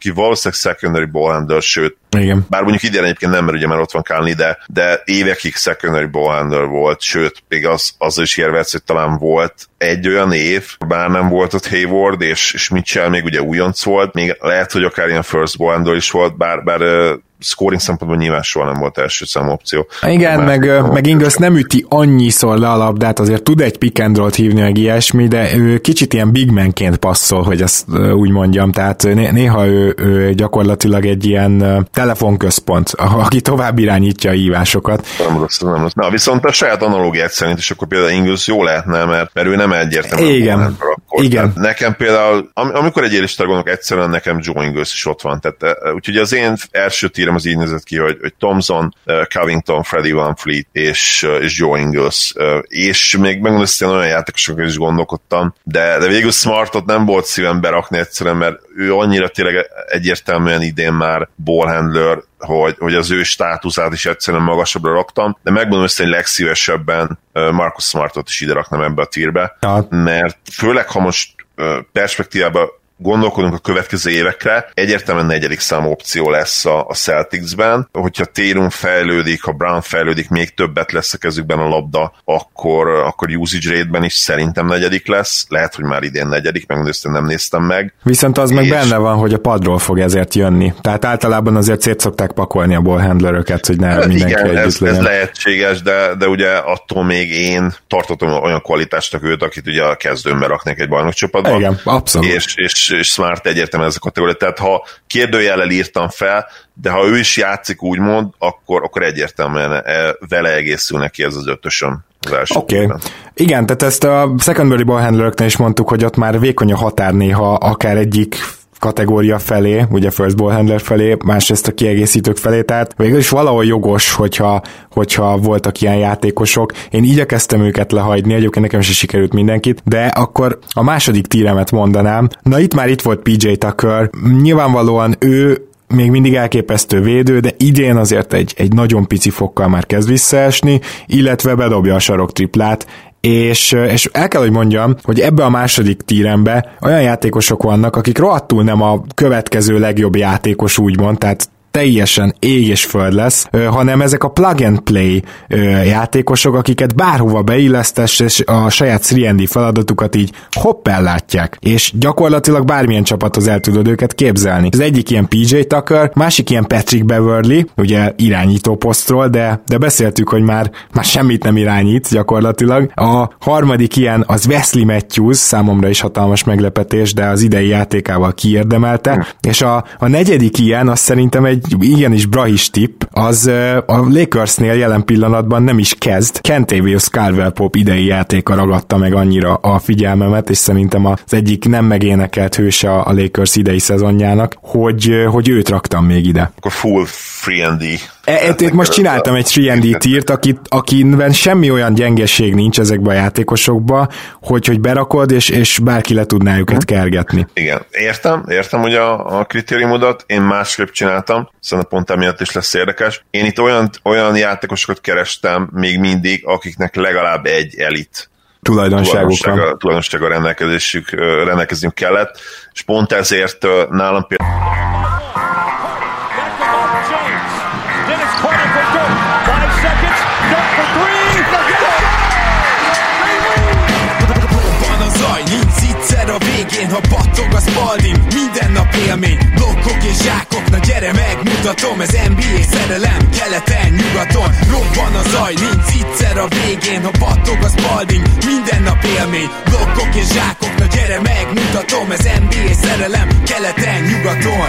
aki valószínűleg secondary ballhandler, sőt, igen. Bár mondjuk idén egyébként nem, mert ugye már ott van Conley, de, de évekig secondary ballhandler volt, sőt, még az, azzal is érvetsz, hogy talán volt egy olyan év, bár nem volt ott Hayward, és, és Mitchell még ugye újonc volt, még lehet, hogy akár ilyen first ballhandler is volt, bár, bár uh, scoring szempontból nyilván soha nem volt első számú opció. Igen, már meg, meg Ingles nem üti annyiszor le a labdát, azért tud egy pick and roll-t hívni, meg ilyesmi, de ő kicsit ilyen big manként passzol, hogy ezt úgy mondjam, tehát néha ő, ő gyakorlatilag egy ilyen telefonközpont, aki tovább irányítja a hívásokat. Nem rossz, nem rossz. Na, viszont a saját analógiát szerint is akkor például Ingles jó lehetne, mert, mert ő nem egyértelműen. Igen, igen. Nekem például, am- amikor egy élistár gondolok, egyszerűen nekem Joe Ingles is ott van. Tehát, úgyhogy az én első tírem az így nézett ki, hogy, hogy Thompson, Covington, Freddie VanVleet és, és Joe Ingles. És még megmondom, hogy olyan játékosokon is gondolkodtam, de, de végül Smartot nem volt szívem berakni egyszerűen, mert ő annyira tényleg egyértelműen idén már ballhandler, hogy, hogy az ő státuszát is egyszerűen magasabbra raktam, de megmondom össze, hogy legszívesebben Marcus Smartot is ide raknám ebbe a tírbe, ja. Mert főleg, ha most perspektívában gondolkodunk a következő évekre, egyértelműen negyedik számú opció lesz a, a Celticsben. Hogyha Tatum fejlődik, ha Brown fejlődik, még többet lesz a kezükben a labda, akkor, akkor usage rate-ben is szerintem negyedik lesz. Lehet, hogy már idén negyedik, meg ezt nem néztem meg. Viszont az és... meg benne van, hogy a padról fog ezért jönni. Tehát általában azért szét szokták pakolni a ballhandleröket, hogy ne hát mindenki igen, együtt ez, legyen. ez lehetséges, de, de ugye attól még én tartottam olyan kvalitásnak őt, akit ugye a kezdőmbe raknék egy bajnokcsapatban. Igen, abszolút. És, és és Smart egyértelműen ez a kategória. Tehát ha kérdőjellel írtam fel, de ha ő is játszik úgymond, akkor, akkor egyértelműen vele egészül neki ez az ötösöm. Oké. Okay. Igen, tehát ezt a secondary ballhandleröknél is mondtuk, hogy ott már vékony a határ néha akár egyik kategória felé, ugye first ball handler felé, másrészt a kiegészítők felé, tehát végül is valahol jogos, hogyha, hogyha voltak ilyen játékosok. Én igyekeztem őket lehagyni, egyébként nekem sem sikerült mindenkit, de akkor a második tíremet mondanám. Na itt már itt volt pé jé Tucker, nyilvánvalóan ő még mindig elképesztő védő, de idén azért egy, egy nagyon pici fokkal már kezd visszaesni, illetve bedobja a sarok triplát, És, és el kell, hogy mondjam, hogy ebbe a második tírembe olyan játékosok vannak, akik rohadtul nem a következő legjobb játékos úgymond, tehát teljesen ég és föld lesz, hanem ezek a plug and play játékosok, akiket bárhova beillesztesz, és a saját három and D feladatukat így hopp ellátják, és gyakorlatilag bármilyen csapathoz el tudod őket képzelni. Az egyik ilyen pé jé Tucker, másik ilyen Patrick Beverley, ugye irányító posztról, de, de beszéltük, hogy már, már semmit nem irányít gyakorlatilag. A harmadik ilyen az Wesley Matthews, számomra is hatalmas meglepetés, de az idei játékával kiérdemelte, és a, a negyedik ilyen az szerintem egy igenis brahis tipp, az a Lakersnél jelen pillanatban nem is kezd. Kentavious Caldwell-Pope idei játéka ragadta meg annyira a figyelmemet, és szerintem az egyik nem megénekelt hőse a Lakers idei szezonjának, hogy, hogy őt raktam még ide. Akkor full három and D. E, e, most csináltam egy három and D tírt, akit, akiben semmi olyan gyengeség nincs ezekben a játékosokban, hogy, hogy berakod, és, és bárki le tudná őket kergetni. Igen, értem, értem, hogy a, a kritériumodat, én másképp csináltam, szóval pont emiatt is lesz érdekes. Én itt olyan, olyan játékosokat kerestem még mindig, akiknek legalább egy elit tulajdonságuk van. Tulajdonsága rendelkezésük, rendelkezünk kellett, és pont ezért nálam például a végén, ha battog a Spalding, minden nap élmény, blokkok és zsákok, na gyere megmutatom, ez en bé á szerelem, keleten, nyugaton, robban a zaj, nincs egyszer a végén, ha battog a Spalding, minden nap élmény, blokkok és zsákok, na gyere megmutatom, ez en bé á szerelem, keleten, nyugaton.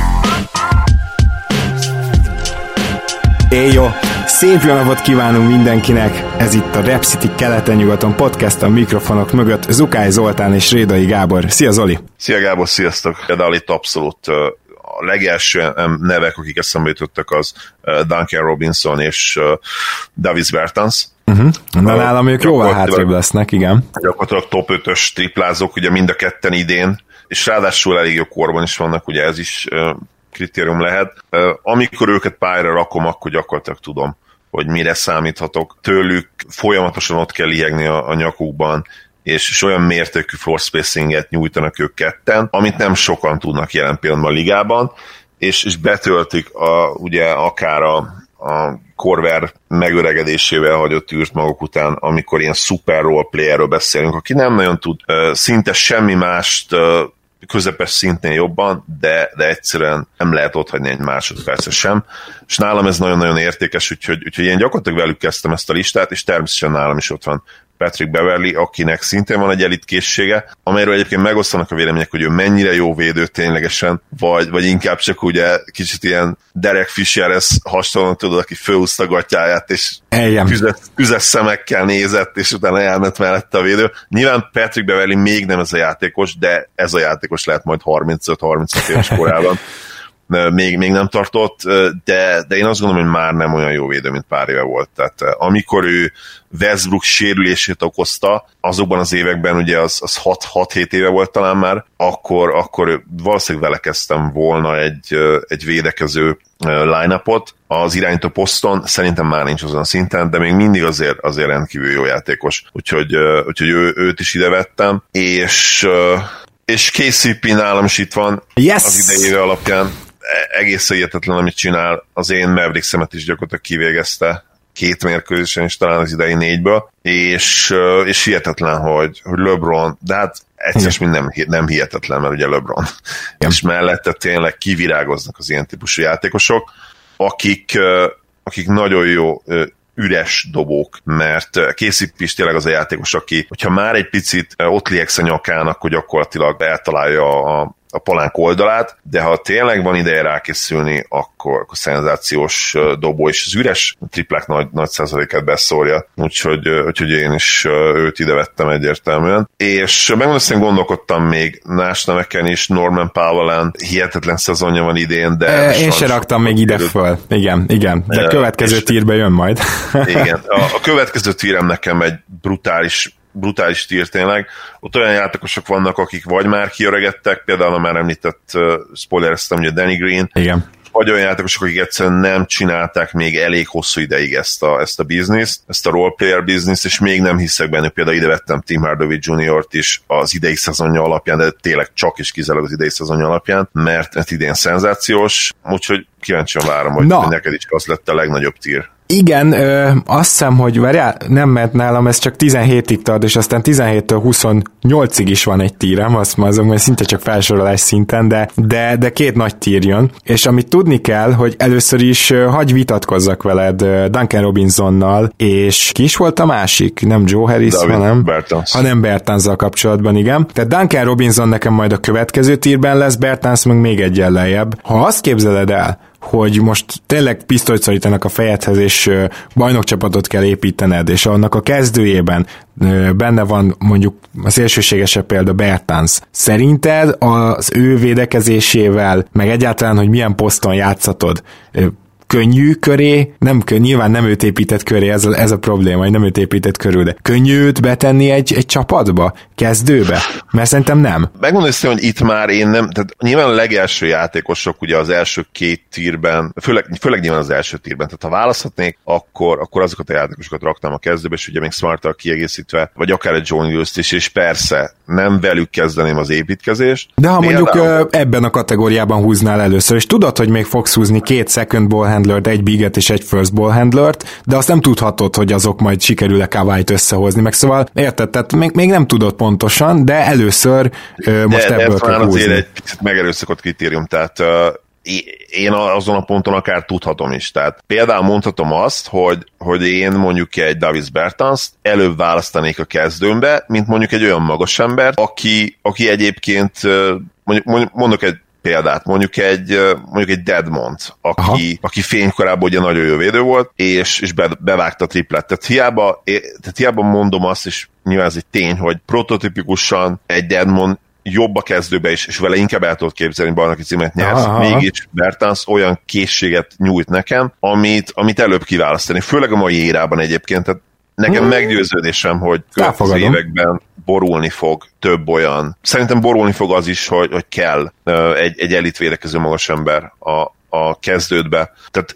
Éj jó! Szép jó napot kívánunk mindenkinek! Ez itt a Rep City keleten-nyugaton podcast, a mikrofonok mögött Zukály Zoltán és Rédai Gábor. Szia Zoli! Szia Gábor, sziasztok! Például itt abszolút a legelső nevek, akik eszembe jutottak, az Duncan Robinson és Davis Bertans. Uh-huh. De nálam ők jóval hátrébb lesznek, igen. Gyakorlatilag top ötös triplázók, ugye mind a ketten idén, és ráadásul elég jó korban is vannak, ugye ez is kritérium lehet. Amikor őket pályára rakom, akkor gyakorlatilag tudom, hogy mire számíthatok. Tőlük folyamatosan ott kell liegni a, a nyakukban, és, és olyan mértékű floor spacinget nyújtanak ők ketten, amit nem sokan tudnak jelen pillanatban a ligában, és, és betöltik a, ugye akár a, a Korver megöregedésével hagyott űrt maguk után, amikor ilyen szuper roleplayerről beszélünk, aki nem nagyon tud uh, szinte semmi mást uh, közepes szintén jobban, de, de egyszerűen nem lehet otthagyni egy másodpercet sem, és nálam ez nagyon-nagyon értékes, úgyhogy, úgyhogy én gyakorlatilag velük kezdtem ezt a listát, és természetesen nálam is ott van Patrick Beverley, akinek szintén van egy elit készsége, amelyről egyébként megosztanak a vélemények, hogy ő mennyire jó védő ténylegesen, vagy, vagy inkább csak ugye kicsit ilyen Derek Fisherhez hasonlóan, tudod, aki fölhúzta gatyáját, és tüzes, tüzes szemekkel nézett, és utána elment mellette a védő. Nyilván Patrick Beverley még nem ez a játékos, de ez a játékos lehet majd harmincöt-harmincöt éves korában. Még, még nem tartott, de, de én azt gondolom, hogy már nem olyan jó védő, mint pár éve volt. Tehát amikor ő Westbrook sérülését okozta, azokban az években, ugye az, az hat-hét éve volt talán már, akkor, akkor valószínűleg vele kezdtem volna egy, egy védekező line-upot. Az irányító poszton szerintem már nincs azon a szinten, de még mindig azért, azért rendkívül jó játékos. Úgyhogy, úgyhogy ő, őt is ide vettem, és, és ká cé pé nálam is itt van yes! Az idejéve alapján. Egészen hihetetlen, amit csinál. Az én Mavericks-emet is gyakorlatilag kivégezte két mérkőzésen is talán az idei négyből, és, és hihetetlen, hogy, hogy LeBron, de hát egyszer mind nem, nem hihetetlen, mert ugye LeBron. Igen. És mellette tényleg kivirágoznak az ilyen típusú játékosok, akik, akik nagyon jó üres dobók, mert ká cé pé is tényleg az a játékos, aki, hogyha már egy picit ott liegsz a nyakán, akkor gyakorlatilag eltalálja a a palánk oldalát, de ha tényleg van ideje rákészülni, akkor, akkor szenzációs dobó, és az üres triplák nagy, nagy százalékát beszórja, úgyhogy, úgyhogy én is őt ide vettem egyértelműen. És megmondom, hogy gondolkodtam még más neveken is, Norman Powell-en, hihetetlen szezonja van idén, de... E, én se raktam még ide föl. Igen, igen, de a következő és, tírbe jön majd. Igen, a, a következő tírem nekem egy brutális brutális tír tényleg. Ott olyan játékosok vannak, akik vagy már kiöregedtek, például a már említett uh, spoilereztem, ugye Danny Green, igen. Vagy olyan játékosok, akik egyszerűen nem csinálták még elég hosszú ideig ezt a, ezt a bizniszt, ezt a roleplayer bizniszt, és még nem hiszek benne, például ide vettem Tim Hardaway juniort is az idei szezonja alapján, de tényleg csak is kizárólag az idei szezonja alapján, mert, mert idén szenzációs, úgyhogy kíváncsian várom, hogy Na. neked is az lett a legnagyobb tír. Igen, ö, azt hiszem, hogy várjál, nem, mert nálam ez csak tizenhétig tart, és aztán tizenhéttől huszonnyolcig is van egy tírem, azt azok majd szinte csak felsorolás szinten, de, de, de két nagy tír jön, és amit tudni kell, hogy először is ö, hagyj vitatkozzak veled ö, Duncan Robinsonnal, és ki is volt a másik? Nem Joe Harris, David hanem Bertans. hanem Bertanszal kapcsolatban, igen. Tehát Duncan Robinson nekem majd a következő tírben lesz, Bertans meg még egyen lejjebb. Ha azt képzeled el, hogy most tényleg pisztolyt szorítanak a fejedhez, és bajnokcsapatot kell építened, és annak a kezdőjében benne van mondjuk a szélsőségesebb példa Bertans. Szerinted az ő védekezésével, meg egyáltalán, hogy milyen poszton játszatod, könnyű köré, nem könnyű, nyilván nem őt épített köré, ez a, ez a probléma, hogy nem őt épített körül, de könnyű őt betenni egy, egy csapatba, kezdőbe? Mert szerintem nem. Megmondom, hogy itt már én nem, tehát nyilván a legelső játékosok ugye az első két tírben, főleg, főleg nyilván az első tírben, tehát ha választhatnék, akkor, akkor azokat a játékosokat raktam a kezdőbe, és ugye még Smart-tal kiegészítve, vagy akár egy John Lewis-t is, és persze nem velük kezdeném az építkezést. De ha mondjuk Például... ebben a kategóriában húznál először, és tudod, hogy még fogsz húzni két second ball handlert, egy biget és egy first ball handlert, de azt nem tudhatod, hogy azok majd sikerül-e Kawait összehozni, meg szóval érted, tehát még, még nem tudod pontosan, de először uh, most de, ebből de kell húzni. De ez egy picit megerőszakott kritérium, tehát uh, én azon a ponton akár tudhatom is. Tehát például mondhatom azt, hogy, hogy én mondjuk egy Davis Bertanst előbb választanék a kezdőmbe, mint mondjuk egy olyan magas embert, aki, aki egyébként mondjuk, mondok egy példát, mondjuk egy, mondjuk egy Dedmont, aki, aki fénykorában ugye nagyon jó védő volt, és, és be, bevágta a triplet. Tehát hiába, tehát hiába mondom azt, és nyilván ez egy tény, hogy prototipikusan egy Dedmont jobb a kezdőbe is, és vele inkább el tudod képzelni, bajnoki címet nyersz, aha, mégis Bertans olyan készséget nyújt nekem, amit, amit előbb kiválasztani, főleg a mai érában egyébként, tehát nekem hmm. meggyőződésem, hogy következő években borulni fog több olyan. Szerintem borulni fog az is, hogy, hogy kell egy, egy elit védekező magas ember a, a kezdődbe. Tehát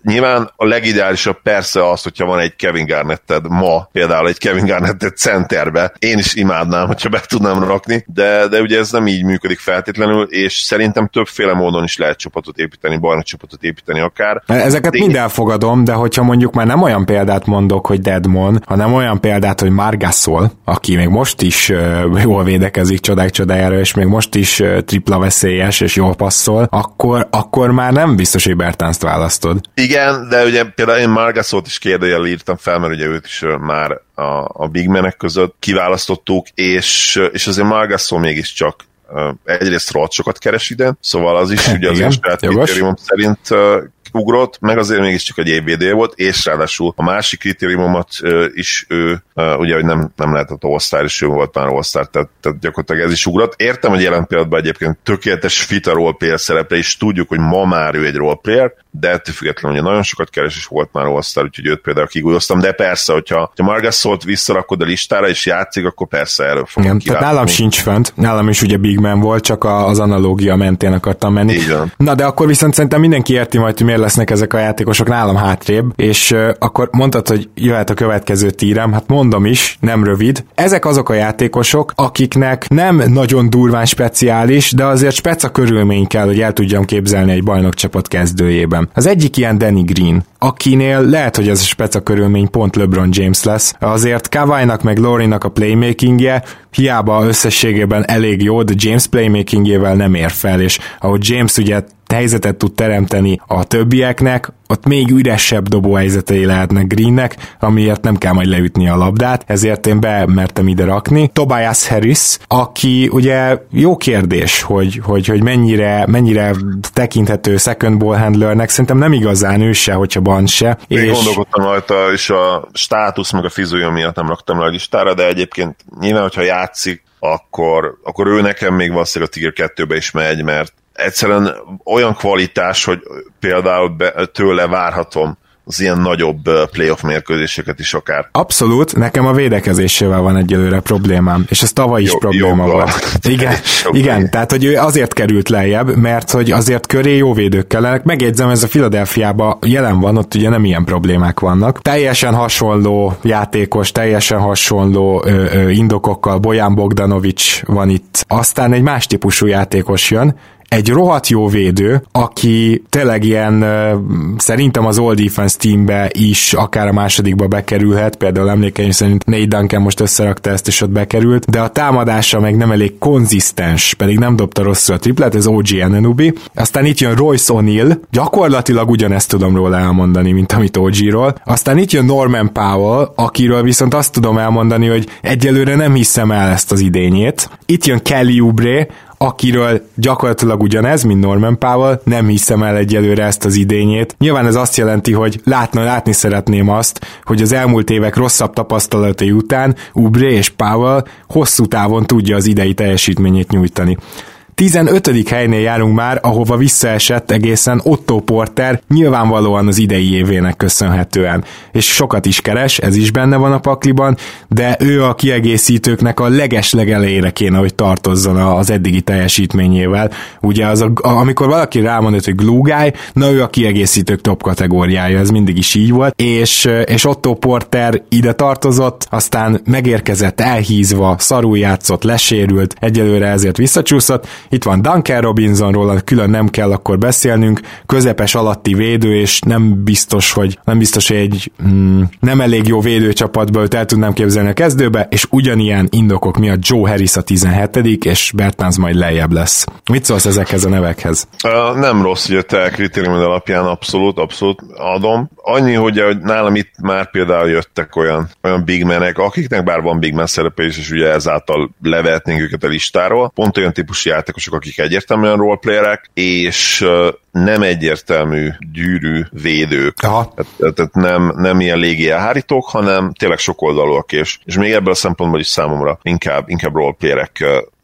nyilván a legideálisabb persze az, hogyha van egy Kevin Garnetted ma, például egy Kevin Garnetted centerbe, én is imádnám, hogyha be tudnám rakni, de, de ugye ez nem így működik feltétlenül, és szerintem többféle módon is lehet csapatot építeni, bajnokcsapatot építeni akár. Ezeket de mind elfogadom, de hogyha mondjuk már nem olyan példát mondok, hogy Dedmon, hanem olyan példát, hogy Marc Gasol, aki még most is uh, jól védekezik csodák csodájára, és még most is uh, tripla veszélyes, és jól passzol, akkor, akkor már nem biztos, hogy Bertanszt választod. Igen, de ugye például én Marc Gasolt is kérdőjel írtam fel, mert ugye őt is uh, már a, a big manek között kiválasztottuk, és, és azért Marc Gasol mégiscsak uh, egyrészt rohadt sokat keres ide, szóval az is ugye az én saját kritériumom szerint uh, ugrott, meg azért mégiscsak egy é vé dé volt, és ráadásul a másik kritériumomat uh, is ő, uh, ugye, hogy nem, nem lehetett All-Star, és ő volt már All-Star, tehát, tehát gyakorlatilag ez is ugrott. Értem, hogy jelen pillanatban egyébként tökéletes fit a roleplayer szerepre, és tudjuk, hogy ma már ő egy roleplayer, de ettől függetlenül ugye nagyon sokat keres, és volt már All-Star, úgyhogy őt például kigúlyoztam, de persze, hogyha ha Marc Gasolt visszarakod a listára, és játszik, akkor persze erről fogom kilátni. Tehát nálam sincs fent, nálam is ugye big man volt, csak az analógia mentén akartam menni. Igen. Na de akkor viszont szerintem mindenki érti majd, hogy miért lesznek ezek a játékosok nálam hátrébb, és uh, akkor mondtad, hogy jöhet a következő tírem, hát mondom is, nem rövid. Ezek azok a játékosok, akiknek nem nagyon durván speciális, de azért speca körülmény kell, hogy el tudjam képzelni egy bajnokcsapat kezdőjében. Az egyik ilyen Danny Green, akinél lehet, hogy ez a speca körülmény pont LeBron James lesz. Azért Kawhi-nak meg Lowry-nak a playmakingje hiába összességében elég jó, de James playmakingével nem ér fel, és ahogy James ugye helyzetet tud teremteni a többieknek, ott még üresebb dobóhelyzetei lehetnek Greennek, amiért nem kell majd leütni a labdát, ezért én bemertem ide rakni. Tobias Harris, aki ugye jó kérdés, hogy, hogy, hogy mennyire, mennyire tekinthető second ball handlernek, szerintem nem igazán ő se, hogyha ban se. Én és... gondolkodtam rajta, és a státusz meg a fizúja miatt nem raktam le a listára, de egyébként nyilván, hogyha játszik, akkor, akkor ő nekem még valószínűleg a Tier kettőbe is megy, mert egyszerűen olyan kvalitás, hogy például be, tőle várhatom az ilyen nagyobb playoff mérkőzéseket is akár. Abszolút, nekem a védekezésével van egyelőre problémám, és ez tavaly is Jó, probléma joggal. volt. Igen, igen, tehát hogy ő azért került lejjebb, mert hogy azért köré jó védők kellenek. Megjegyzem, ez a Philadelphiában jelen van, ott ugye nem ilyen problémák vannak. Teljesen hasonló játékos, teljesen hasonló ö, ö, indokokkal Bojan Bogdanović van itt. Aztán egy más típusú játékos jön, egy rohadt jó védő, aki tényleg ilyen uh, szerintem az All Defense teambe is akár a másodikba bekerülhet, például emlékeim szerint Nate Duncan most összerakta ezt, és ott bekerült, de a támadása meg nem elég konzisztens, pedig nem dobta rosszul a triplet, ez o gé Anunoby. Aztán itt jön Royce O'Neal, gyakorlatilag ugyanezt tudom róla elmondani, mint amit o gé-ról. Aztán itt jön Norman Powell, akiről viszont azt tudom elmondani, hogy egyelőre nem hiszem el ezt az idényét. Itt jön Kelly Oubre, akiről gyakorlatilag ugyanez, mint Norman Powell, nem hiszem el egyelőre ezt az idényét. Nyilván ez azt jelenti, hogy látna, látni szeretném azt, hogy az elmúlt évek rosszabb tapasztalatai után Oubre és Powell hosszú távon tudja az idei teljesítményét nyújtani. tizenötödik helynél járunk már, ahova visszaesett egészen Otto Porter, nyilvánvalóan az idei évének köszönhetően. És sokat is keres, ez is benne van a pakliban, de ő a kiegészítőknek a leges-legelejére kéne, hogy tartozzon az eddigi teljesítményével. Ugye az a, amikor valaki rámondott, hogy glue guy, na ő a kiegészítők top kategóriája, ez mindig is így volt, és, és Otto Porter ide tartozott, aztán megérkezett elhízva, szarul játszott, lesérült, egyelőre ezért visszacsúszott. Itt van Duncan Robinsonról, külön nem kell akkor beszélnünk, közepes alatti védő, és nem biztos, hogy nem biztos, hogy egy mm, nem elég jó védőcsapatból el tudnám képzelni a kezdőbe, és ugyanilyen indokok miatt Joe Harris a tizenhetedik, és Bertans majd lejjebb lesz. Mit szólsz ezekhez a nevekhez? Uh, nem rossz, hogy a te kritériumod alapján abszolút, abszolút adom. Annyi, hogy, hogy nálam itt már például jöttek olyan, olyan big manek, akiknek bár van big man szerepe is, és ugye ezáltal levehetnénk őket a listáról. Pont olyan típusú játékosok, akik egyértelműen roleplayerek, és uh, nem egyértelmű gyűrű védők. Tehát, tehát nem, nem ilyen légi elhárítók, hanem tényleg sokoldalúak, és, és még ebből a szempontból is számomra inkább, inkább roleplayerek.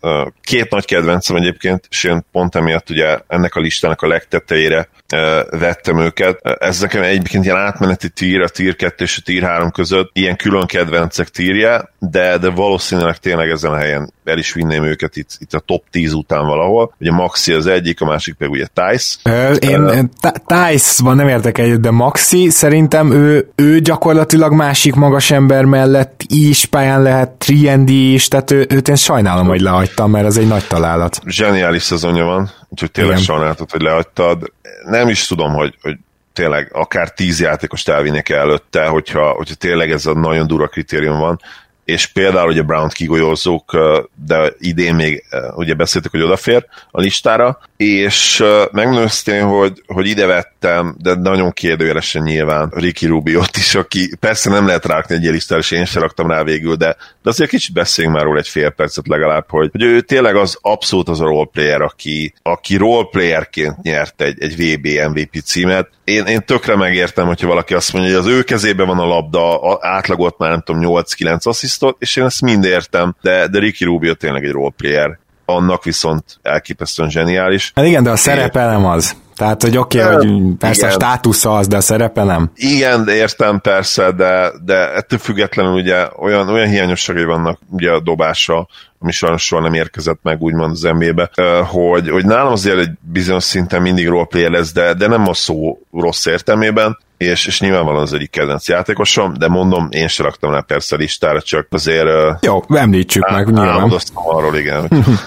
Két nagy kedvencem egyébként, és én pont emiatt ugye ennek a listának a legtetejére vettem őket. Ez nekem egyébként ilyen átmeneti tír, a tír kettő és a tír három között, ilyen külön kedvencek tírje, de, de valószínűleg tényleg ezen a helyen el is vinném őket itt, itt a top tíz után valahol. Ugye Maxi az egyik, a másik pedig ugye Tice. Én Tice-ban nem értek együtt, de Maxi szerintem ő, ő gyakorlatilag másik magas ember mellett is pályán lehet három and dé is, tehát ő, őt én sajnálom, hogy lehagytam, mert az egy nagy találat. Zseniális szezonja van, úgyhogy tényleg sajnáltad, hogy lehagytad. Nem is tudom, hogy, hogy tényleg akár tíz játékost elvinnék előtte, hogyha, hogyha tényleg ez a nagyon durva kritérium van, és például ugye Brown-t kigolyózzuk, de idén még ugye beszéltük, hogy odafér a listára, és megnőztén, hogy, hogy ide vettem, de nagyon kérdőjelesen nyilván Ricky Rubiot is, aki persze nem lehet rákni egy ilyen listára, és én sem raktam rá végül, de, de azért kicsit beszéljünk már róla egy fél percet legalább, hogy, hogy ő tényleg az abszolút az a roleplayer, aki, aki roleplayerként nyert egy, egy vé bé em vé pé címet. Én, én tökre megértem, hogyha valaki azt mondja, hogy az ő kezében van a labda, átlagot már nem tudom nyolc-kilenc asszisztot, és én ezt mind értem, de, de Ricky Rubio tényleg egy roleplayer. Annak viszont elképesztően zseniális. Hát igen, de a szerepe nem az. Tehát, hogy oké, okay, hogy persze igen. A státusza az, de a szerepe nem. Igen, de értem persze, de, de ettől függetlenül ugye olyan, olyan hiányosságai vannak ugye a dobásra, ami sajnos soha nem érkezett meg úgymond az en bé á-be, hogy, hogy nálam azért egy bizonyos szinten mindig roleplayer lesz, de, de nem a szó rossz értelmében, és, és nyilvánvalóan az egyik kedvenc játékosom, de mondom, én se raktam rá persze listára, csak azért... Jó, említsük á, meg, nyilván. Álmodoztam arról, igen.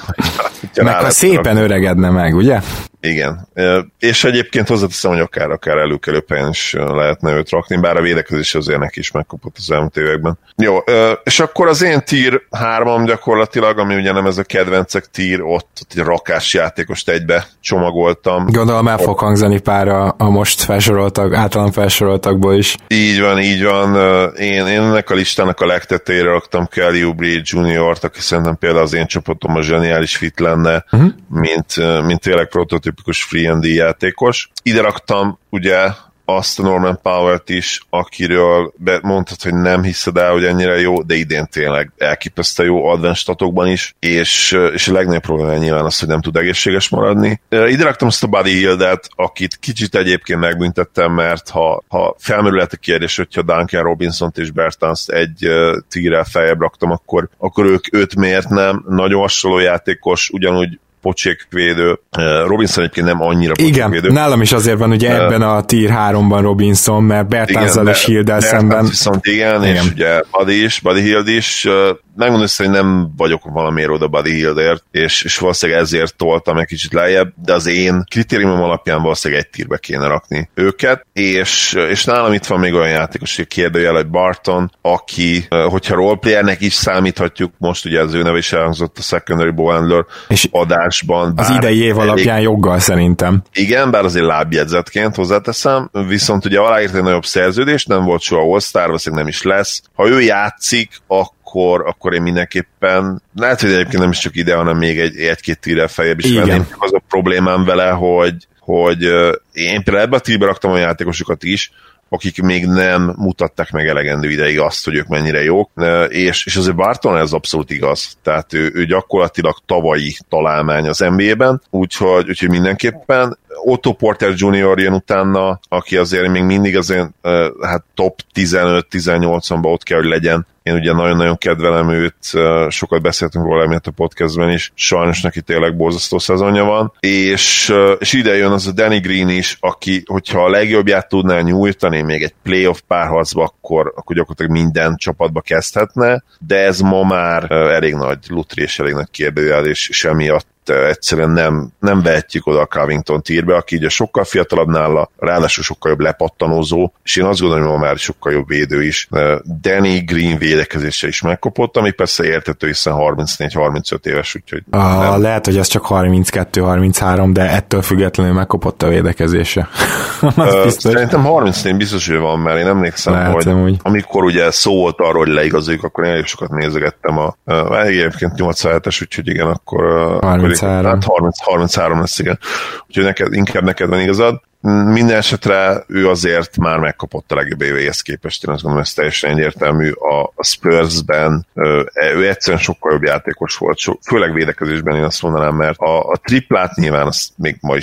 Meg ha szépen rakni. Öregedne meg, ugye? Igen. És egyébként hozzáteszem, hogy akár, akár előkelőbb helyen is lehetne őt rakni, bár a védekezés azért neki is megkapott az elmúlt években. Jó, és akkor az én tier hármam gyakorlatilag, ami ugye nem ez a kedvencek tier, ott, ott egy rakás játékost egybe csomagoltam. Gondolom el fog hangzani pár a, a most felsoroltak, általán felsoroltakból is. Így van, így van. Én, én ennek a listának a legtetejére raktam Kelly Oubre juniort, aki szerintem például az én csapatom a zseniális fit lenne, uh-huh. mint, mint tényleg prototípikus free and D játékos. Ide raktam ugye azt a Norman Powell-t is, akiről mondtad, hogy nem hiszed el, hogy ennyire jó, de idén tényleg elképesztő jó advanced statokban is, és, és a legnagyobb probléma nyilván az, hogy nem tud egészséges maradni. Ide raktam azt a Buddy Hieldet, akit kicsit egyébként megbüntettem, mert ha, ha felmerülhet a kérdés, hogyha Duncan Robinsont és Bertans egy uh, tírrel feljebb raktam, akkor, akkor ők őt miért nem? Nagyon hasonló játékos, ugyanúgy pocsékvédő. Robinson egyébként nem annyira pocsékvédő. Igen, nálam is azért van ugye ebben a tier háromban Robinson, mert Bertanzzal és Hielddel szemben. Viszont igen, igen, és ugye Buddy is, Buddy Hield is. Megmondom, hogy nem vagyok valamiért oda Buddy Hieldért, és, és valószínűleg ezért toltam egy kicsit lejjebb, de az én kritériumom alapján valószínűleg egy tírbe kéne rakni őket, és, és nálam itt van még olyan játékos, hogy kérdőjel, hogy Barton, aki, hogyha roleplayernek is számíthatjuk, most ugye az ő neve is elhangzott a secondary ball handler adásban. Az idei év alapján elég, joggal szerintem. Igen, bár azért lábjegyzetként hozzáteszem, viszont ugye aláírt egy nagyobb szerződést, nem volt soha All-Star, valószínűleg nem is lesz. Ha ő játszik, akkor, akkor én mindenképpen, lehet, hogy egyébként nem is csak ide, hanem még egy, egy-két tírrel feljebb is venném. Az a problémám vele, hogy, hogy én például ebbe a tírbe raktam a játékosokat is, akik még nem mutatták meg elegendő ideig azt, hogy ők mennyire jók, és, és azért Barton ez abszolút igaz, tehát ő, ő gyakorlatilag tavalyi találmány az en bé á-ben, úgyhogy, úgyhogy mindenképpen Otto Porter junior jön utána, aki azért még mindig azért hát top tizenöt-tizennyolcban ott kell, hogy legyen. Én ugye nagyon-nagyon kedvelem őt, sokat beszéltünk róla emiatt a podcastben is, sajnos neki tényleg borzasztó szezonja van, és, és ide jön az a Danny Green is, aki, hogyha a legjobbját tudná nyújtani még egy playoff párharcba, akkor, akkor gyakorlatilag minden csapatba kezdhetne, de ez ma már elég nagy lutri és elég nagy kérdőjel, és, és emiatt egyszerűen nem, nem vehetjük oda a Covington tírbe, aki ugye sokkal fiatalabb nála, ráadásul sokkal jobb lepattanózó, és én azt gondolom, hogy ma már sokkal jobb védő is. Danny Green védekezése is megkopott, ami persze értető, hiszen harmincnégy-harmincöt éves, úgyhogy... A, lehet, hogy ez csak harminckettő-harminchárom, de ettől függetlenül megkopott a védekezése. uh, szerintem harmincnégy biztos, hogy van, mert én emlékszem, lehet, hogy úgy. Amikor ugye szó volt arról, hogy leigazoljuk, akkor én elég sokat nézegettem a... Uh, egyébként nyolcvanhetes, úgyhogy igen, akkor... Uh, Hát harminc, harminchárom lesz, igen. Úgyhogy neked, inkább neked van igazad. Minden esetre ő azért már megkapott a legjobb évéhez képest, én azt gondolom, ez teljesen egyértelmű. A, a Spursben ő egyszerűen sokkal jobb játékos volt, so, főleg védekezésben én azt mondanám, mert a, a triplát nyilván azt még ma is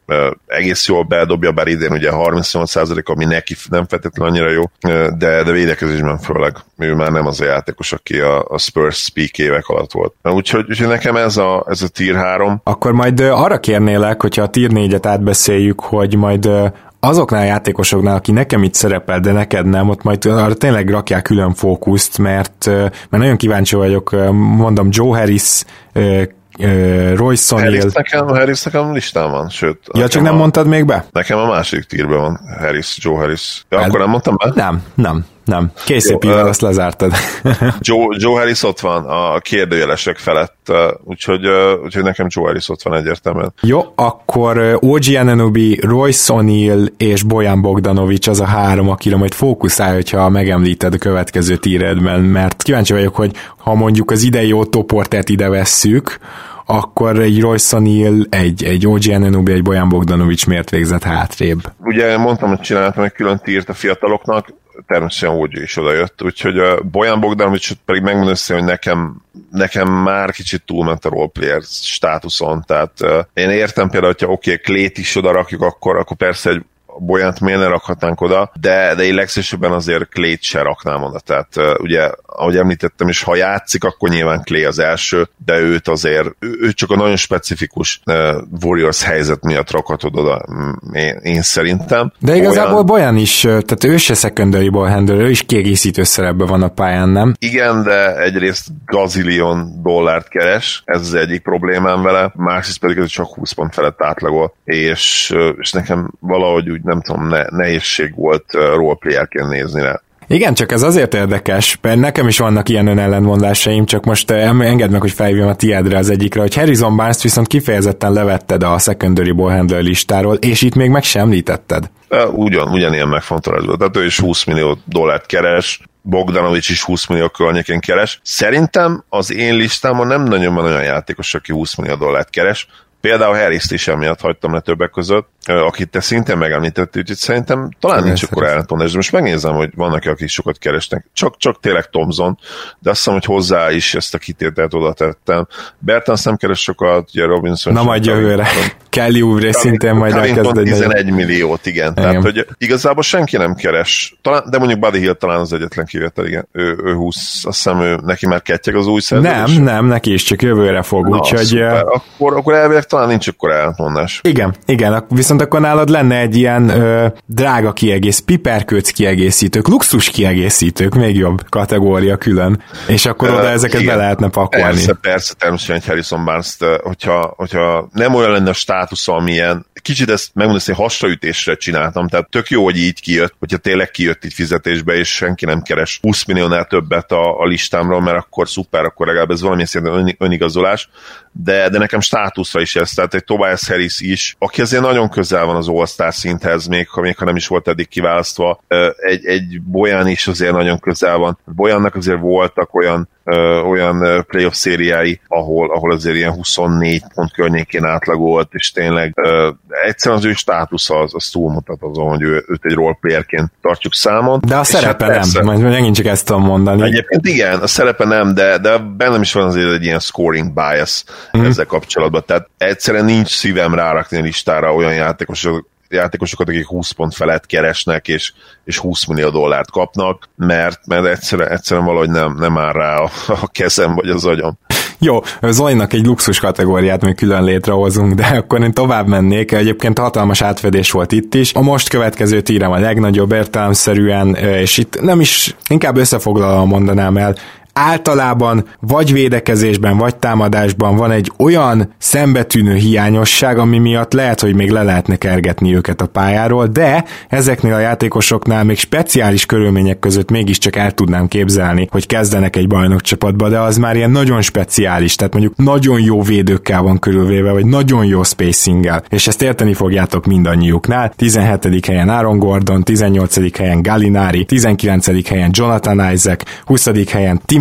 egész jól bedobja, bár idén ugye harmincnyolc százalék, ami neki nem feltétlenül annyira jó, de, de védekezésben főleg ő már nem az a játékos, aki a, a Spurs Speak évek alatt volt. Úgyhogy, úgyhogy nekem ez a, ez a tier három. Akkor majd arra kérnélek, hogyha a tier négyet átbeszéljük, hogy majd azoknál a játékosoknál, aki nekem itt szerepel, de neked nem, ott majd arra tényleg rakják külön fókuszt, mert, mert nagyon kíváncsi vagyok, mondom, Joe Harris, Royce O'Neal. Harris nekem, Harris nekem listán van, sőt. Ja, csak nem a, mondtad még be? Nekem a második tírben van Harris, Joe Harris. Ja, El, akkor nem mondtam be? Nem, nem. Nem, készépível azt lezártad. Joe, Joe Harris ott van a kérdőjelesek felett, úgyhogy, úgyhogy nekem Joe Harris ott van egyértelműen. Jó, akkor o gé Anunoby, Royce O'Neal és Bojan Bogdanovic az a három, akire majd fókuszálj, hogyha megemlíted a következő tíredben, mert kíváncsi vagyok, hogy ha mondjuk az idei Otto Portert ide vesszük, akkor egy Royce O'Neal, egy, egy o gé Anunoby, egy Bojan Bogdanovic miért végzett hátrébb? Ugye mondtam, hogy csináltam egy külön tírt a fiataloknak, természetesen o gé is odajött, úgyhogy a Bojan Bogdanovic pedig megmondom össze, hogy nekem, nekem már kicsit túlment a roleplayer státuszon, tehát uh, én értem például, hogyha oké, okay, Klét is oda rakjuk, akkor, akkor persze egy Bolyant miért ne rakhatnánk oda, de, de én legszívesebben azért Klét se raknám oda, tehát uh, ugye, ahogy említettem is, ha játszik, akkor nyilván Klay az első, de őt azért, ő, ő csak a nagyon specifikus uh, Warriors helyzet miatt rakhatod oda, én, én szerintem. De igazából Bojan is, tehát ő se secondary ball handler, ő is kiegészítő szerepben van a pályán, nem? Igen, de egyrészt gazillion dollárt keres, ez az egyik problémám vele, másrészt pedig ez csak húsz pont felett átlagol, és, és nekem valahogy úgy nem tudom, ne, nehézség volt uh, roleplayerként nézni rá. Igen, csak ez azért érdekes, mert nekem is vannak ilyen önellentmondásaim, csak most engedd meg, hogy felhívjam a tiédre az egyikre, hogy Harrison Barnes-t viszont kifejezetten levetted a secondary ball handler listáról, és itt még meg sem említetted. Ugyan, ugyanilyen megfontolásban. Tehát ő is húsz millió dollárt keres, Bogdanovic is húsz millió környékén keres. Szerintem az én listámon nem nagyon van olyan játékos, aki húsz millió dollárt keres. Például Harris-t is emiatt hagytam le többek között, akit te szintén megemlítettél, úgyhogy szerintem talán nincs akkor ellentmondás, de most megnézem, hogy vannak, akik sokat keresnek. Csak, csak tényleg Thompson, de azt hiszem, hogy hozzá is ezt a kitételt oda tettem. Bertans nem keres sokat, ugye Robinson... Na majd jövőre. Kelly Oubre szintén majd elkezd egy... tizenegy milliót, igen. igen. Tehát, hogy igazából senki nem keres. Talán, de mondjuk Buddy Hield talán az egyetlen kivétel, igen. Ő, ő húsz, azt hiszem, ő, neki már kettyeg az új szerződés. Nem, nem, neki is csak jövőre fog, úgyhogy... Akkor, akkor elvileg talán nincs akkor ellentmondás. Igen, igen, viszont akkor nálad lenne egy ilyen ö, drága kiegész, piperkőc kiegészítők, luxus kiegészítők, még jobb kategória külön, és akkor oda uh, ezeket igen. be lehetne pakolni. Persze, persze, természetesen egy Harrison Barnes-t, hogyha, hogyha nem olyan lenne a státusza, amilyen, kicsit ezt megmondom, hogy hasraütésre csináltam, tehát tök jó, hogy így kijött, hogyha tényleg kijött így fizetésbe, és senki nem keres húsz milliónál többet a, a listámról, mert akkor szuper, akkor legalább ez valami szinten önigazolás, de, de nekem státuszra is ez, tehát egy Tobias Harris is, aki azért nagyon közel van az All-Star szinthez, még ha, még ha nem is volt eddig kiválasztva, egy, egy Bojan is azért nagyon közel van. Bojannak azért voltak olyan Ö, olyan playoff szériái, ahol, ahol azért ilyen huszonnégy pont környékén átlagolt, és tényleg ö, egyszerűen az ő státusza az, az túlmutat azon, hogy ő, őt egy roleplayerként tartjuk számon. De a szerepe hát nem, majd megint csak ezt tudom mondani. Egyébként igen, a szerepe nem, de, de bennem is van azért egy ilyen scoring bias mm. ezzel kapcsolatban, tehát egyszerűen nincs szívem rárakni a listára olyan játékosok, játékosokat, akik húsz pont felett keresnek, és, és húsz millió dollárt kapnak, mert, mert egyszerűen, egyszerűen valahogy nem, nem áll rá a, a kezem, vagy az agyam. Jó, Zolinak egy luxus kategóriát még külön létrehozunk, de akkor én tovább mennék. Egyébként hatalmas átfedés volt itt is. A most következő tírem a legnagyobb értelemszerűen, és itt nem is, inkább összefoglalva mondanám el, általában vagy védekezésben, vagy támadásban van egy olyan szembetűnő hiányosság, ami miatt lehet, hogy még le lehetne kergetni őket a pályáról, de ezeknél a játékosoknál még speciális körülmények között mégiscsak el tudnám képzelni, hogy kezdenek egy bajnokcsapatba, de az már ilyen nagyon speciális, tehát mondjuk nagyon jó védőkkel van körülvéve, vagy nagyon jó spacinggel, és ezt érteni fogjátok mindannyiuknál. tizenhetedik helyen Aaron Gordon, tizennyolcadik helyen Gallinari, tizenkilencedik helyen Jonathan Isaac, huszadik helyen Tim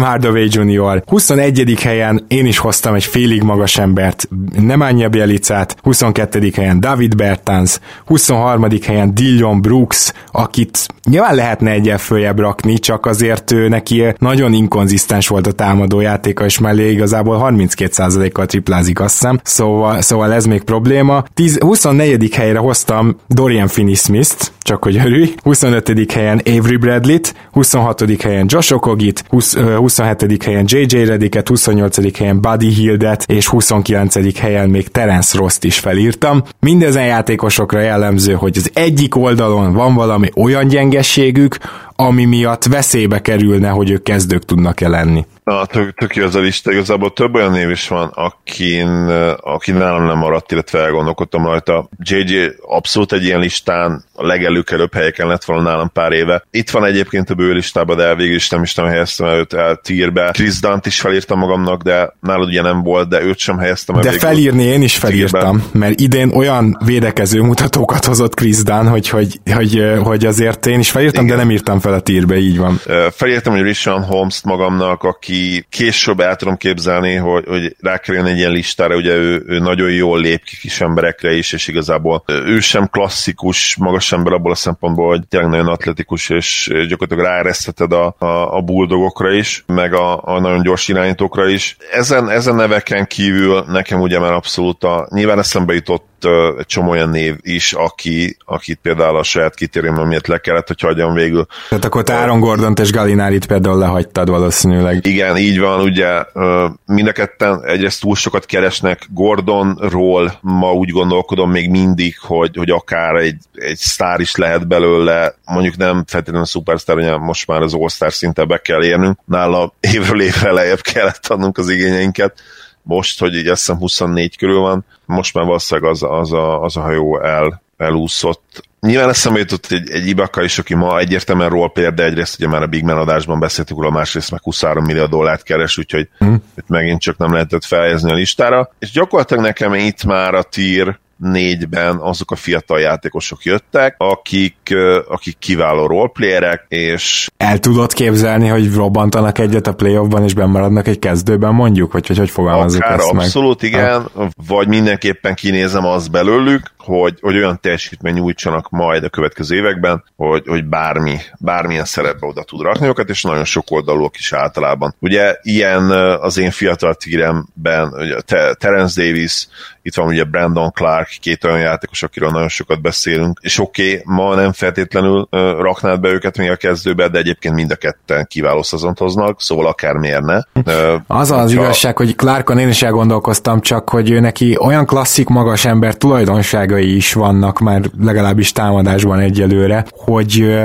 Hardaway junior huszonegyedik helyen én is hoztam egy félig magas embert, Nemanja Bjelicát, huszonkettedik helyen David Bertans, huszonharmadik helyen Dillon Brooks, akit nyilván lehetne egyen följebb rakni, csak azért ő neki nagyon inkonzisztens volt a támadójátéka, és mellé igazából harminckét százalékkal triplázik, azt hiszem, szóval, szóval ez még probléma. tíz, huszonnegyedik helyre hoztam Dorian Finney-Smith-t, csak hogy örülj, huszonötödik helyen Avery Bradley-t, huszonhatodik helyen Josh Okogit, huszonhetedik helyen jé jé Redicket, huszonnyolcadik helyen Buddy Hildet, és huszonkilencedik helyen még Terence Rost is felírtam. Mindezen játékosokra jellemző, hogy az egyik oldalon van valami olyan gyengességük, ami miatt veszélybe kerülne, hogy ők kezdők tudnak-e lenni. Na, tök, tök jó az a lista, igazából több olyan név is van, akin, akin nálam nem maradt, illetve elgondolkodtam rajta. jé jé abszolút egy ilyen listán, a legelőkelőbb helyeken lett volna nálam pár éve. Itt van egyébként a bő listában, de végül is nem is nem helyeztem el őt el tírbe. Chris Dunt is felírtam magamnak, de nálad ugye nem volt, de őt sem helyeztem el. De felírni én is felírtam, tírbe. Mert idén olyan védekező mutatókat hozott Chris Dunn, hogy, hogy, hogy, hogy azért én is felírtam, igen, de nem írtam fel a tírbe, így van. Felírtam, hogy Richaun Holmes-t magamnak, aki később el tudom képzelni, hogy, hogy rákerüljön egy ilyen listára, ugye ő, ő nagyon jól lép ki kis emberekre is, és igazából ő sem klasszikus magas ember abból a szempontból, hogy tényleg nagyon atletikus, és gyakorlatilag ráeresztheted a, a, a bulldogokra is, meg a, a nagyon gyors irányítókra is. Ezen, ezen neveken kívül nekem ugye már abszolút a, nyilván eszembe jutott egy csomó olyan név is, aki, akit például a saját kitérőmben miatt le kellett, hogy hagyjam végül. Tehát akkor te Aaron Gordont és Gallinárit például lehagytad valószínűleg. Igen, így van, ugye mind a ketten egyrészt túl sokat keresnek Gordonról, ma úgy gondolkodom még mindig, hogy, hogy akár egy, egy sztár is lehet belőle, mondjuk nem feltétlenül a szupersztár, ugye most már az all-star szinten be kell érnünk, nála évről évre lejjebb kellett adnunk az igényeinket, most, hogy így azt hiszem huszonnégy körül van, most már valószínűleg az, az, a, az a hajó el, elúszott. Nyilván eszembe jutott egy, egy Ibaka is, aki ma egyértelműen roleplayer, de egyrészt ugye már a Big Man adásban beszéltük róla, másrészt meg huszonhárom millió dollárt keres, úgyhogy mm. megint csak nem lehetett felhelyezni a listára. És gyakorlatilag nekem itt már a tier négyben azok a fiatal játékosok jöttek, akik, akik kiváló roleplayerek, és... El tudod képzelni, hogy robbantanak egyet a playoffban, és bennmaradnak egy kezdőben mondjuk? Vagy hogy, hogy fogalmazzuk akár ezt meg? Abszolút igen, ha. Vagy mindenképpen kinézem azt belőlük, hogy, hogy olyan teljesítmény nyújtsanak majd a következő években, hogy, hogy bármi, bármilyen szerepbe oda tud rakni őket, és nagyon sok oldalúak is általában. Ugye ilyen az én fiatal tíremben, ugye Terence Davis, itt van ugye Brandon Clark, két olyan játékos, akiről nagyon sokat beszélünk, és oké, okay, ma nem feltétlenül uh, raknád be őket még a kezdőbe, de egyébként mind a ketten kiváló szezont hoznak, szóval akármiért ne. Uh, az az ha... igazság, hogy Clarkon én is elgondolkoztam, csak hogy ő neki olyan klasszik magas ember tulajdonságai is vannak már legalábbis támadásban egyelőre, hogy uh,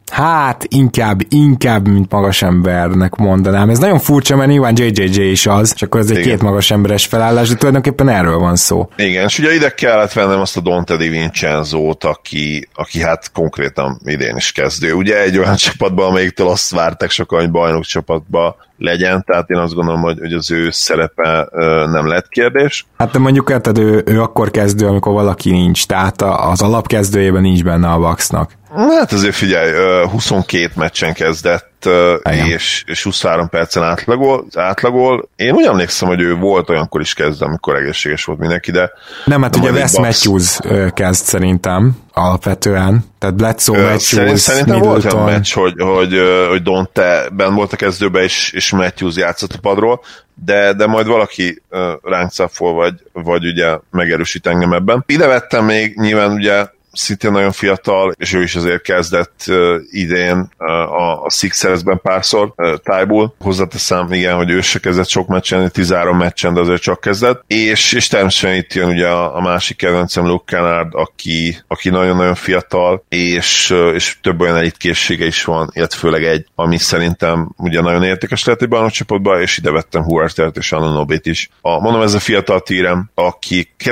hát inkább, inkább, mint magas embernek mondanám. Ez nagyon furcsa, mert nyilván jé jé jé is az, csak az egy igen. két magas emberes felállás, de tulajdonképpen erről van szó. Igen, és ugye ide kellett vennem azt a Donte DiVincenzo-t, aki, aki hát konkrétan idén is kezdő. Ugye egy olyan csapatban, amelyiktől azt várták sokan, hogy bajnok csapatba legyen, tehát én azt gondolom, hogy, hogy az ő szerepe ö, nem lett kérdés. Hát de mondjuk érted, ő, ő akkor kezdő, amikor valaki nincs, tehát az alapkezdőjében nincs benne a Bucksnak. Hát azért figyelj, huszonkét meccsen kezdett, és, és huszonhárom percen átlagol, átlagol. Én úgy emlékszem, hogy ő volt olyankor is kezdve, amikor egészséges volt mindenki, de... Nem, hát ugye Wes Matthews kezd szerintem alapvetően, tehát Bledsoe, Matthews, Szerint, Szerintem Middleton. Volt olyan meccs, hogy, hogy, hogy Donte benn volt a kezdőbe, és, és Matthews játszott a padról, de, de majd valaki uh, ránk cáfol, vagy, vagy ugye megerősít engem ebben. Ide vettem még nyilván ugye szintén nagyon fiatal, és ő is azért kezdett uh, idén uh, a, a Sixersben párszor, uh, Thybulle. Hozzáteszem, igen, hogy ő se kezdett sok meccsen, tizenhárom meccsen, de azért csak kezdett. És, és természetesen itt jön ugye a, a másik kedvencem, Luke Kennard, aki, aki nagyon-nagyon fiatal, és, uh, és több olyan elitkészsége is van, illetve főleg egy, ami szerintem ugye nagyon értékes lehet egy bajnokcsapatban, és ide vettem Huertert és Anunnobit is. A, mondom, ez a fiatal tírem, akik kezd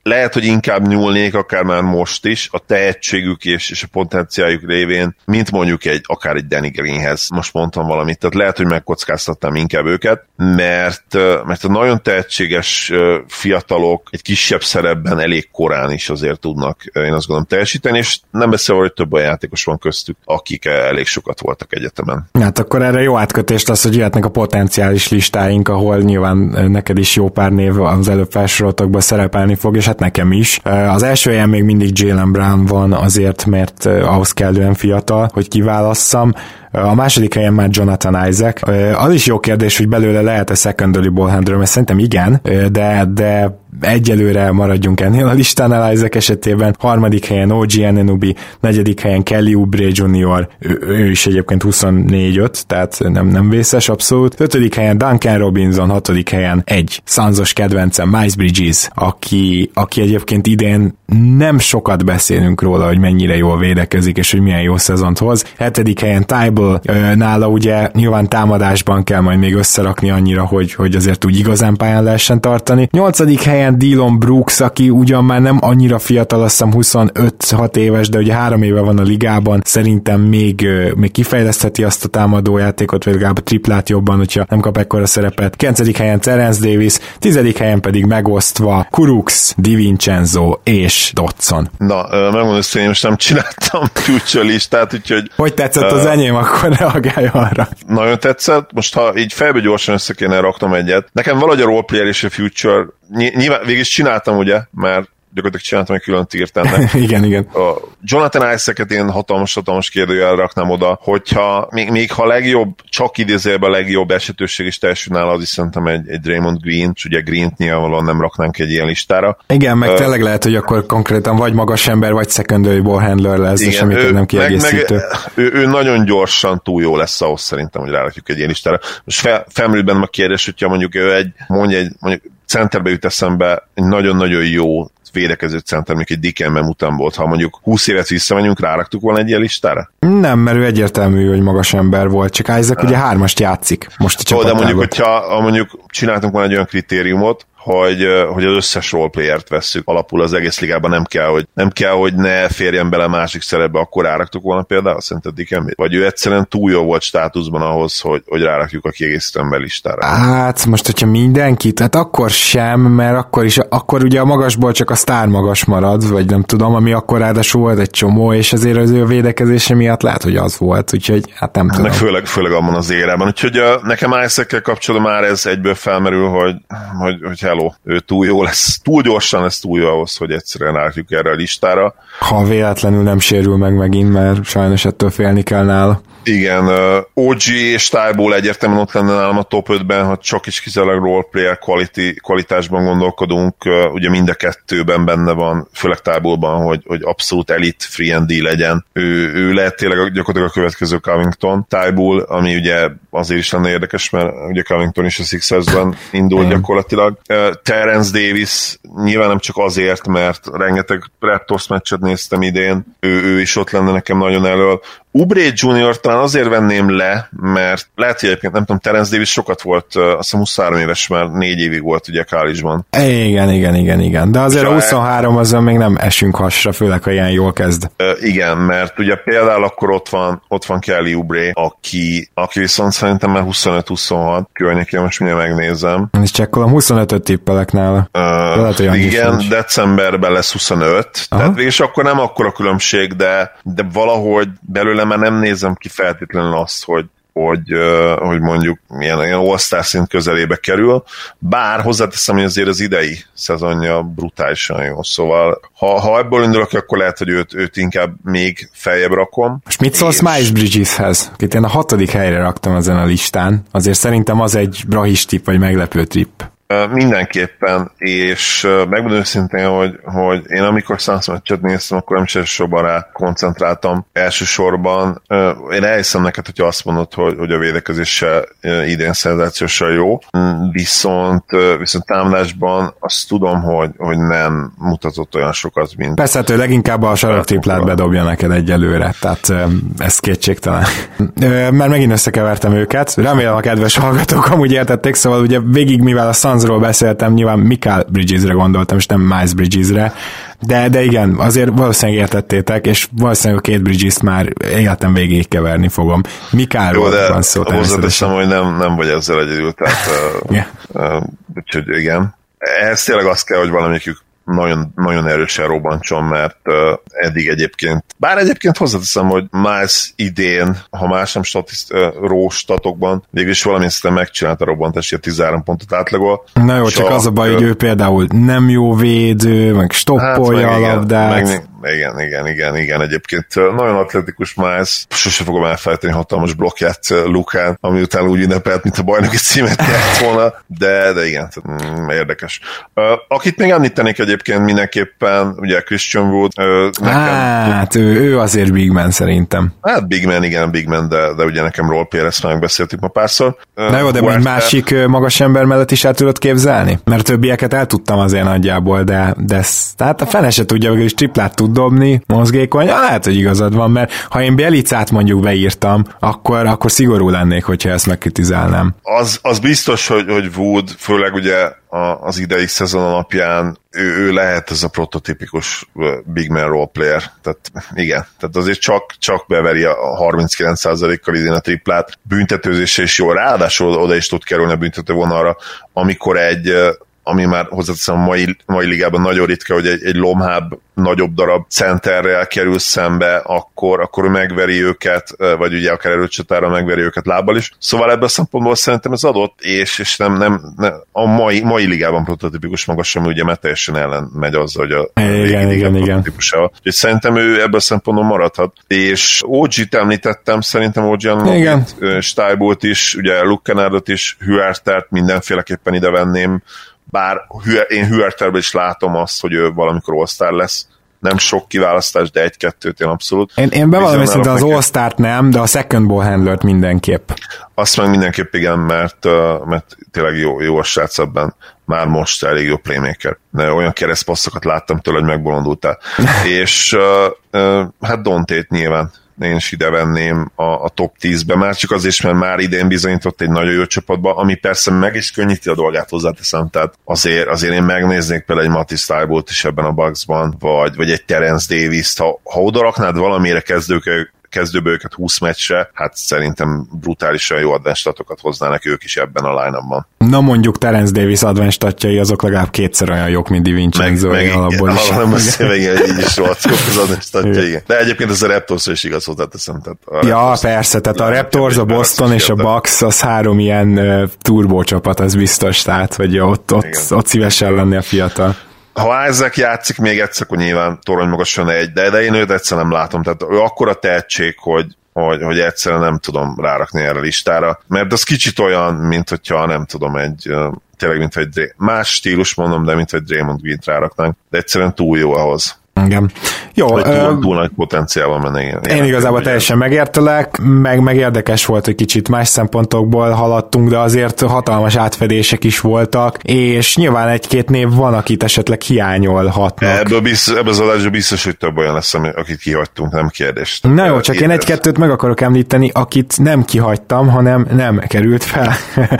lehet, hogy inkább nyúlnék akár már most is a tehetségük és, és a potenciáljuk révén, mint mondjuk egy, akár egy Danny Greenhez. Most mondtam valamit, tehát lehet, hogy megkockáztattam inkább őket, mert, mert a nagyon tehetséges fiatalok egy kisebb szerepben elég korán is azért tudnak, én azt gondolom, teljesíteni, és nem beszélve, hogy több olyan játékos van köztük, akik elég sokat voltak egyetemen. Hát akkor erre jó átkötést az, hogy jöhetnek a potenciális listáink, ahol nyilván neked is jó pár név az előbb felsoroltakban szerepelni fog, és hát nekem is. Az első helyen még mindig Jaylen Brown van azért, mert ahhoz kellően fiatal, hogy kiválasszam. A második helyen már Jonathan Isaac. Az is jó kérdés, hogy belőle lehet-e secondary ballhandler, mert szerintem igen, de, de egyelőre maradjunk ennél a listánál Isaac esetében. Harmadik helyen o gé Anunoby, negyedik helyen Kelly Oubre junior, ő, ő is egyébként huszonnégy öt, tehát nem, nem vészes abszolút. Ötödik helyen Duncan Robinson, hatodik helyen egy szanzos kedvencem, Miles Bridges, aki, aki egyébként idén nem sokat beszélünk róla, hogy mennyire jól védekezik, és hogy milyen jó szezont hoz. Hetedik helyen Tybal, nála ugye nyilván támadásban kell majd még összerakni annyira, hogy, hogy azért úgy igazán pályán lehessen tartani. Nyolcadik helyen Dillon Brooks, aki ugyan már nem annyira fiatal, azt hiszem huszonöt-hat éves, de ugye három éve van a ligában, szerintem még, még kifejlesztheti azt a támadójátékot, vagy legalább a triplát jobban, hogyha nem kap ekkora szerepet. Kilencedik helyen Terence Davis, tizedik helyen pedig megosztva Kurucs, DiVincenzo és Dotson. Na, megmondom, hogy én most nem csináltam future listát, úgyhogy... Hogy tetszett az uh, enyém, akkor reagálj arra. Nagyon tetszett, most ha így fejbe gyorsan össze kéne raknom egyet. Nekem valahogy a roleplayer és a future, nyilván végig is csináltam, ugye, mert gyakorlatilag csináltam egy külön tírt ennek. igen, igen. A Jonathan Isaac-et én hatalmas-hatalmas kérdőjel raknám oda, hogyha még, még ha legjobb, csak idézőjelben a legjobb esetőség is teljesül nála, az is szerintem egy, egy Draymond Green, és ugye Green-t nyilvánvalóan nem raknánk egy ilyen listára. Igen, meg uh, tényleg lehet, hogy akkor konkrétan vagy magas ember, vagy secondary ball handler lesz, és amit nem kiegészítő. Meg, meg, ő, ő nagyon gyorsan túl jó lesz ahhoz szerintem, hogy rárakjuk egy ilyen listára. Most fel, felmerül bennem a kérdés, hogyha mondjuk ő egy, mondja egy, mondjuk centerbe jut eszembe egy nagyon-nagyon jó védekező center, mondjuk egy Dikemben után volt, ha mondjuk húsz évet visszamegyünk, ráraktuk volna egy ilyen listára? Nem, mert ő egyértelmű, hogy magas ember volt, csak Isaac ha. ugye hármast játszik most a csapatában. De mondjuk, hogyha mondjuk csináltunk volna egy olyan kritériumot, hogy, hogy az összes roleplayert vesszük alapul az egész ligában, nem kell, hogy, nem kell, hogy ne férjen bele másik szerepbe, akkor ráraktuk volna például, szerinted Dikembe? Vagy ő egyszerűen túl jó volt státuszban ahhoz, hogy, hogy rárakjuk a kiegészítő ember listára? Hát most, hogyha mindenkit, hát akkor sem, mert akkor is, akkor ugye a magasból csak a sztár magas marad, vagy nem tudom, ami akkor ráadásul volt egy csomó, és azért az ő védekezése miatt lehet, hogy az volt, úgyhogy hát nem tudom. Meg főleg, főleg abban az érában. Úgyhogy uh, nekem Isaac-kel kapcsolatban már ez egyből felmerül, hogy, hogy, hogy hello, ő túl jó lesz, túl gyorsan lesz túl jó ahhoz, hogy egyszerűen rárakjuk erre a listára. Ha véletlenül nem sérül meg megint, mert sajnos ettől félni kell nála. Igen, uh, o gé és Tybal egyértelműen ott lenne nálam a top ötben, ha csak is kizárólag roleplayer quality, kvalitásban gondolkodunk, uh, ugye mind a kettőben benne van, főleg Tybalban, hogy, hogy abszolút elite free and D legyen. Ő, ő lehet tényleg gyakorlatilag a következő Covington. Tybal, ami ugye azért is lenne érdekes, mert ugye Covington is a Sixersben indul gyakorlatilag. Uh, Terence Davis nyilván nem csak azért, mert rengeteg Raptors meccset néztem idén, ő, ő is ott lenne nekem nagyon elől. Oubre junior talán azért venném le, mert lehet, hogy egyébként nem tudom, Terence Davis sokat volt, azt hiszem huszonhárom éves, már négy évig volt ugye college-ban. Igen, igen, igen, igen. De azért a huszonhárom azon még nem esünk hasra, főleg, ha ilyen jól kezd. Igen, mert ugye például akkor ott van, ott van Kelly Oubre, aki, aki viszont szerintem már huszonöt-huszonhat környékén, most mindjárt megnézem. És csekkolom, huszonötöt tippelek nála. Uh, de igen, decemberben lesz huszonöt, aha. Tehát végülis akkor nem akkora különbség, de, de valahogy belőle már nem nézem ki feltétlenül azt, hogy, hogy, hogy mondjuk ilyen, ilyen all-star szint közelébe kerül, bár hozzáteszem, hogy azért az idei szezonja brutálisan jó, szóval ha, ha ebből indulok, akkor lehet, hogy őt, őt inkább még feljebb rakom. És mit szólsz és... Miles Bridgeshez, akit én a hatodik helyre raktam ezen a listán, azért szerintem az egy brahis tipp, vagy meglepő tipp. Mindenképpen, és megmondom őszintén, hogy, hogy én amikor Suns meccset néztem, akkor nem is elsősorban rá koncentráltam elsősorban. Én elhiszem neked, hogyha azt mondod, hogy, hogy a védekezéssel idén szenzációsan jó, viszont, viszont támadásban azt tudom, hogy, hogy nem mutatott olyan sokat, mint... Persze, hát ő leginkább a saroktriplát bedobja neked egyelőre, tehát ez kétségtelen. Mert megint összekevertem őket, remélem a kedves hallgatók amúgy értették, szóval ugye végig, mivel a Suns Pistonsról beszéltem, nyilván Mikal Bridgesre gondoltam, és nem Miles Bridgesre, de, de igen, azért valószínűleg értettétek, és valószínűleg a két Bridges-t már életem végéig keverni fogom. Mikálról van szó. Hozzáteszem, hogy nem, nem vagy ezzel egyedül, tehát uh, yeah. uh, úgyhogy igen. Ehhez tényleg azt kell, hogy valamikük nagyon, nagyon erősen robbantson, mert uh, eddig egyébként, bár egyébként hozzáteszem, hogy Miles idén, ha más nem statiszt, uh, ró statokban, végülis valamint szerintem megcsinálta a robbantást, a tizenhárom pontot átlagol. Na jó, csak az a baj, hogy ő például nem jó védő, meg stoppolja hát, a labdát. Meg, igen, igen, igen, igen, egyébként nagyon atletikus Miles, sose fogom elfelejteni hatalmas blokkját Lukán, ami után úgy ünnepelt, mint a bajnoki címet nyert volna, de, de igen, mm, érdekes. Uh, akit még említenék egyébként mindenképpen, ugye Christian Wood. Uh, nekem, hát, ő, ő azért big man szerintem. Hát big man, igen, big man, de, de ugye nekem Roll Pierre, ezt már megbeszéltük ma párszor. Uh, Na jó, de egy másik magas ember mellett is el tudod képzelni? Mert többieket el tudtam azért nagyjából, de, de tehát a fene se tudja, hogy is triplát tud dobni, mozgékony, lehet, hogy igazad van, mert ha én Bielicát mondjuk beírtam, akkor, akkor szigorú lennék, hogyha ezt megkritizálnám. Az, az biztos, hogy, hogy Wood, főleg ugye az idei szezon alapján ő, ő lehet ez a prototípikus big man role player. Tehát igen, tehát azért csak, csak beveri a harminckilenc százalékkal idén a triplát, büntetőzése is jó, ráadásul oda is tud kerülni a büntetővonalra, amikor egy ami már hozzáteszem a mai, mai ligában nagyon ritka, hogy egy, egy lomhább, nagyobb darab centerrel kerül szembe, akkor, akkor ő megveri őket, vagy ugye akár erőcsatára megveri őket lábbal is. Szóval ebből a szempontból szerintem ez adott, és, és nem, nem, nem a mai, mai ligában prototípikus magas, ami ugye teljesen ellen megy azzal, hogy a igen, igen, igen. Úgyhogy szerintem ő ebből a szempontból maradhat. És ó gé-t említettem, szerintem ó gé-t, Steibult is, ugye Luke Kennardot is, Huertert mindenféleképpen ide venném, bár én Huerterben is látom azt, hogy ő valamikor All-Star lesz. Nem sok kiválasztás, de egy-kettőt én abszolút. Én, én bevallom, hogy az All-Start nem, de a second ball handlert mindenképp. Azt meg mindenképp igen, mert, mert tényleg jó, jó a srác ebben. Már most elég jó playmaker. De olyan keresztpasszokat láttam tőle, hogy megbolondultál. És uh, uh, hát Dontét nyilván én is ide venném a, a top tízbe, már csak azért, mert már idén bizonyított egy nagyon jó csapatba, ami persze meg is könnyíti a dolgát, hozzáteszem, tehát azért, azért én megnéznék például egy Matisse Thybulle is ebben a Bucksban, vagy, vagy egy Terence Davis-t, ha, ha oda raknád valamire kezdők, kezdőbe őket húsz meccsre, hát szerintem brutálisan jó advanced-statokat hoznának ők is ebben a line-upban. Na mondjuk Terence Davis advanced-statjai azok legalább kétszer olyan jók, mint DiVincenzo alapból is. Nem azt meg így is rohadt jók az advanced-statjai, igen. De egyébként ez a Raptorsra is igaz, hozzáteszem. Tehát ja, Raptors, persze, tehát a Raptors, a Boston és a Bucks, az három ilyen uh, turbócsapat, az biztos, tehát, hogy ott, ott, ott szívesen lenni a fiatal. Ha Isaac játszik még egyszer, akkor nyilván torony magasan egy, de, de én őt egyszer nem látom, tehát ő akkora tehetség, hogy, hogy, hogy egyszerűen nem tudom rárakni erre a listára, mert az kicsit olyan, mint hogyha nem tudom, egy tényleg, mint egy más stílus mondom, de mint egy Draymond Green-t ráraknánk, de egyszerűen túl jó ahhoz. Igen. Jó, túl, ö... túl nagy potenciál van benne. Ilyen, én igazából ugye teljesen megértelek, meg, meg érdekes volt, hogy kicsit más szempontokból haladtunk, de azért hatalmas átfedések is voltak, és nyilván egy-két név van, akit esetleg hiányolhatnak. Ebből, biztos, ebből az adásban biztos, hogy több olyan lesz, akit kihagytunk, nem kérdés. Na jó, csak én egy-kettőt meg akarok említeni, akit nem kihagytam, hanem nem került fel.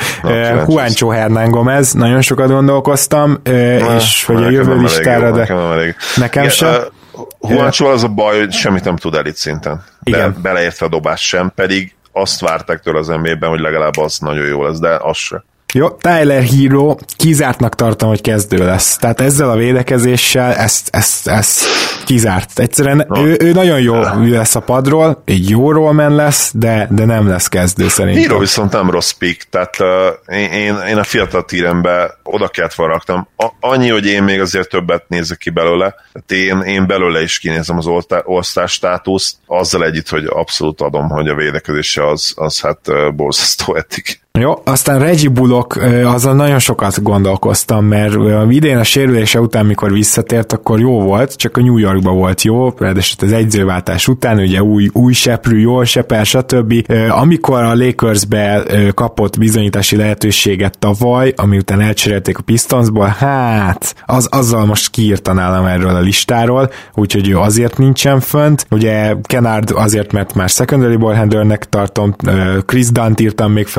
Juancho Hernán Gomez, nagyon sokat gondolkoztam, Na, és hogy a jövő listára, jó, de nekem, nekem sem. Juancho az a baj, hogy semmit nem tud elit szinten. De beleértve a dobás sem, pedig azt várták tőle az en bé á-ben, hogy legalább az nagyon jó lesz, de az se. Jó, Tyler Hero, kizártnak tartom, hogy kezdő lesz. Tehát ezzel a védekezéssel ezt, ezt, ezt kizárt. Egyszerűen no. ő, ő nagyon jó lesz a padról, egy jó rollman lesz, de, de nem lesz kezdő szerintem. Hero viszont nem rossz pick, tehát uh, én, én a fiatal tírembe oda kellett raktam. A, annyi, hogy én még azért többet nézek ki belőle, tehát én, én belőle is kinézem az all-star státuszt, azzal együtt, hogy abszolút adom, hogy a védekezése az, az hát uh, borzasztó etik. Jó, aztán Reggie Bullock, azon nagyon sokat gondolkoztam, mert idén a sérülése után, mikor visszatért, akkor jó volt, csak a New Yorkban volt jó, ráadásul az egyzőváltás után, ugye új, új seprű, jól seper, stb. Amikor a Lakersbe kapott bizonyítási lehetőséget tavaly, ami után elcserélték a Pistonsból, hát az, azzal most kiírta nálam erről a listáról, úgyhogy ő azért nincsen fönt. Ugye Kennard azért, mert már secondary ball handlernek tartom, Chris Dunn írtam még fel, hogy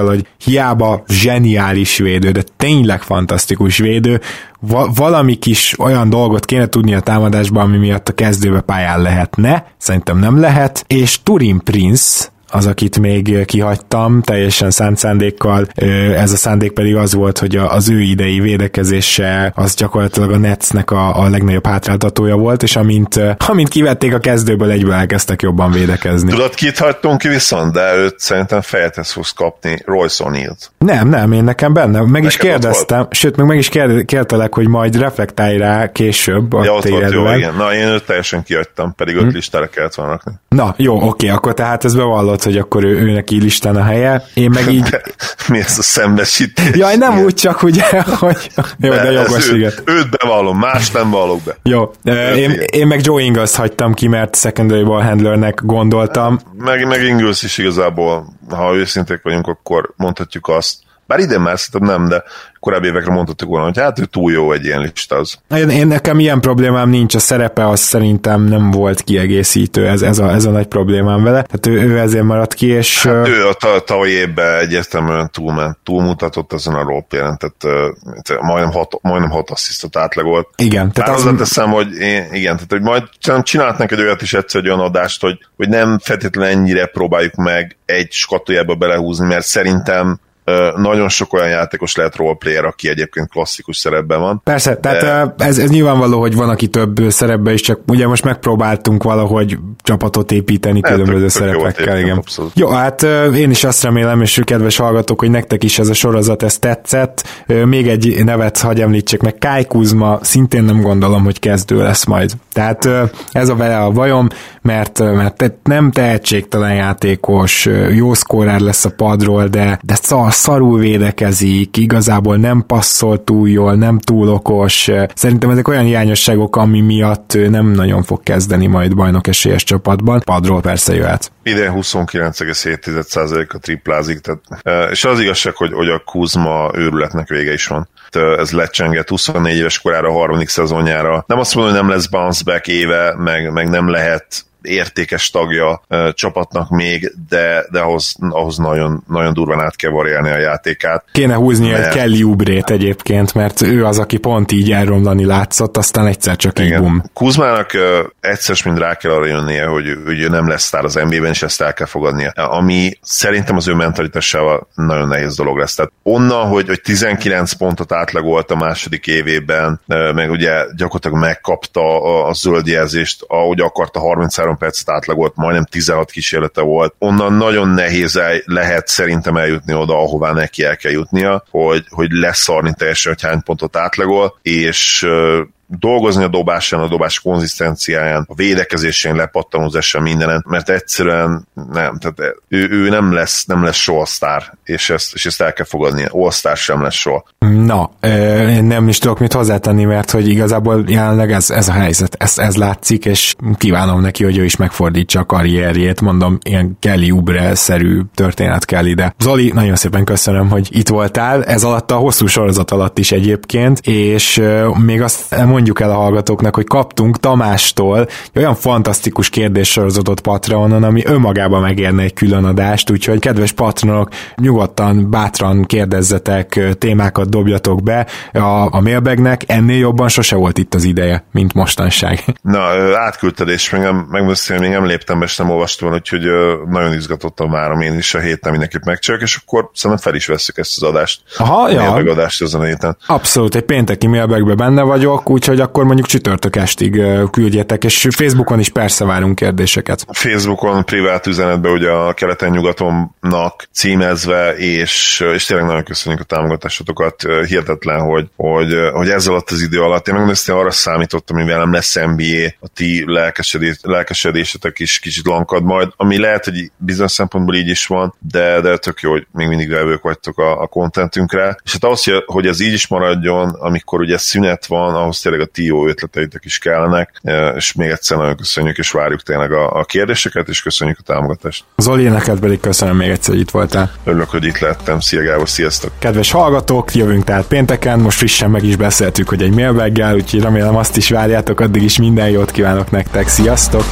hiába zseniális védő, de tényleg fantasztikus védő, Va- valami kis olyan dolgot kéne tudni a támadásban, ami miatt a kezdőbe pályán lehetne, szerintem nem lehet, és Taurean Prince az, akit még kihagytam, teljesen szánt szándékkal, ez a szándék pedig az volt, hogy az ő idei védekezése az gyakorlatilag a Netsnek a, a legnagyobb hátráltatója volt, és amint, amint kivették a kezdőből, egyből elkezdtek jobban védekezni. Tudod, kit hagytunk ki viszont, de őt szerintem fejethez fogsz kapni, Royce O'Neal-t. Nem, nem, én nekem benne. Meg Neked is kérdeztem, sőt, meg meg is kértelek, hogy majd reflektálj rá később. Ja, ott volt, jó, igen. Na, én őt teljesen kihagytam, pedig öt hmm. listára kellett volna rakni. Na, jó, oké, akkor tehát ez bevallott, hogy akkor ő, ő neki listán a helye. Én meg így... De, mi ez a szembesítés? Jaj, nem úgy csak, ugye, hogy... Jó, de, de jogos, ő, igen. Őt bevallom, más nem vallok be. Jó, én, én meg Joe Ingles hagytam ki, mert secondary ball handlernek gondoltam. Meg, meg Ingles is igazából, ha őszinték vagyunk, akkor mondhatjuk azt, bár idén már szerintem nem, de korábbi évekre mondhatjuk volna, hogy hát ő túl jó egy ilyen listáz. Én, én nekem ilyen problémám nincs, a szerepe az szerintem nem volt kiegészítő, ez, ez, a, ez a nagy problémám vele, tehát ő, ő ezért maradt ki, és... Hát ő a tavalyi évben egyértelműen túlment, túlmutatott ezen a rolepéren, tehát uh, majdnem hat, majdnem hat asszisztot átlagolt. Igen. Tehát az... teszem, hogy én, igen, tehát hogy majd csinálhatnánk egy olyat is egyszer, egy olyan adást, hogy, hogy nem feltétlenül ennyire próbáljuk meg egy skatujába belehúzni, mert szerintem nagyon sok olyan játékos lehet roleplayer, aki egyébként klasszikus szerepben van. Persze, tehát de... ez, ez nyilvánvaló, hogy van, aki több szerepben is, csak ugye most megpróbáltunk valahogy csapatot építeni ne, különböző tök, szerepekkel. Tök igen. Jó, hát én is azt remélem, és kedves hallgatók, hogy nektek is ez a sorozat, ez tetszett. Még egy nevet hagy említsek meg, Kyle Kuzma, szintén nem gondolom, hogy kezdő lesz majd. Tehát ez a vele a bajom, mert, mert nem tehetségtelen játékos, jó szkórer lesz a padról, de, de szar szarul védekezik, igazából nem passzol túl jól, nem túl okos. Szerintem ezek olyan hiányosságok, ami miatt nem nagyon fog kezdeni majd bajnok esélyes csapatban. Padról persze jöhet. Idén huszonkilenc egész hét százaléka triplázik, tehát, és az igazság, hogy, hogy a Kuzma őrületnek vége is van. Ez lecsengett huszonnégy éves korára, a harmadik szezonjára. Nem azt mondom, hogy nem lesz bounce back éve, meg, meg nem lehet értékes tagja uh, csapatnak még, de, de ahhoz, ahhoz nagyon, nagyon durván át kell variálni a játékát. Kéne húzni mert... egy Kelly Oubrét egyébként, mert ő az, aki pont így elromlani látszott, aztán egyszer csak így bum. Kuzmának uh, egyszer mind rá kell arra jönnie, hogy, hogy ő nem lesz sztár az en bé á-ben, és ezt el kell fogadnia. Ami szerintem az ő mentalitásával nagyon nehéz dolog lesz. Tehát onnan, hogy, hogy tizenkilenc pontot átlagolt a második évében, uh, meg ugye gyakorlatilag megkapta a, a zöld jelzést, ahogy akarta, harminchárom percet átlagolt, majdnem tizenhat kísérlete volt. Onnan nagyon nehéz el, lehet szerintem eljutni oda, ahová neki el kell jutnia, hogy, hogy leszarni teljesen, hogy hány pontot átlagol, és dolgozni a dobásán, a dobás konzisztenciáján, a védekezésén, lepattanózásán, mindenen, mert egyszerűen nem, tehát ő, ő nem lesz, nem lesz soha sztár, és ezt, és ezt el kell fogadni, all-sztár sem lesz soha. Na, én nem is tudok mit hozzátenni, mert hogy igazából jelenleg ez, ez a helyzet, ez, ez látszik, és kívánom neki, hogy ő is megfordítsa a karrierjét, mondom, ilyen Kelly Oubre-szerű történet kell ide. Zoli, nagyon szépen köszönöm, hogy itt voltál, ez alatt a hosszú sorozat alatt is egyébként, és még azt mondjuk el a hallgatóknak, hogy kaptunk Tamástól olyan fantasztikus kérdéssorozatot Patreonon, ami önmagában megérne egy külön adást, úgyhogy kedves patronok, nyugodtan, bátran kérdezzetek, témákat dobjatok be a, a mailbagnek, ennél jobban sose volt itt az ideje, mint mostanság. Na, átküldted, és meg nem, megmondom, még nem léptem be, és nem olvastam, úgyhogy nagyon izgatottan várom én is a héten mindenképp megcsinálok, és akkor szerintem fel is veszük ezt az adást. Aha, ja. A adást ezen a héten. Abszolút, egy pénteki mailbagbe benne vagyok, úgyhogy akkor mondjuk csütörtök estig küldjetek, és Facebookon is persze várunk kérdéseket. Facebookon privát üzenetbe ugye a keleten-nyugatonnak címezve, és, és tényleg nagyon köszönjük a támogatásotokat. Hihetetlen, hogy, hogy, hogy ez alatt az idő alatt. Én megmondom, hogy arra számítottam, hogy velem lesz en bé á, a ti lelkesedés, lelkesedésetek is kicsit lankad majd, ami lehet, hogy bizonyos szempontból így is van, de, de tök jó, hogy még mindig vevők vagytok a, a contentünkre. És hát ahhoz, hogy ez így is maradjon, amikor ugye szünet van, ahhoz tényleg a ti jó ötleteitek is kellenek, és még egyszer nagyon köszönjük, és várjuk tényleg a, a kérdéseket, és köszönjük a támogatást. Zoli, neked pedig köszönöm még egyszer, hogy itt voltál. Örülök, hogy itt lettem. Szia Gábor, sziasztok! Kedves hallgatók, jövünk tehát pénteken, most frissen meg is beszéltük, hogy egy mailbaggel, úgyhogy remélem azt is várjátok, addig is minden jót kívánok nektek, sziasztok!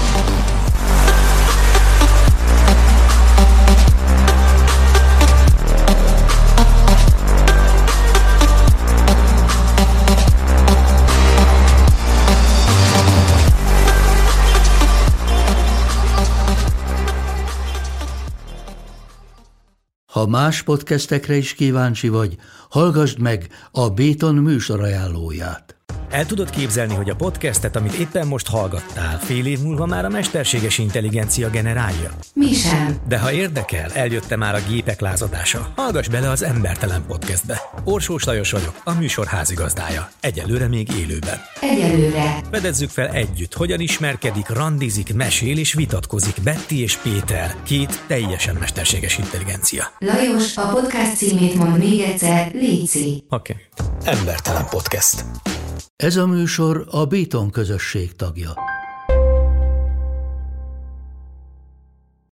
Ha más podcastekre is kíváncsi vagy, hallgassd meg a Béton műsor ajánlóját. El tudod képzelni, hogy a podcastet, amit éppen most hallgattál, fél év múlva már a mesterséges intelligencia generálja? Mi sem. De ha érdekel, eljött már a gépek lázadása. Hallgass bele az Embertelen Podcastbe. Orsós Lajos vagyok, a műsor házigazdája. Egyelőre még élőben. Egyelőre. Fedezzük fel együtt, hogyan ismerkedik, randizik, mesél és vitatkozik Betty és Péter, két teljesen mesterséges intelligencia. Lajos, a podcast címét mond még egyszer, léci. Oké. Okay. Embertelen Podcast. Ez a műsor a Béton közösség tagja.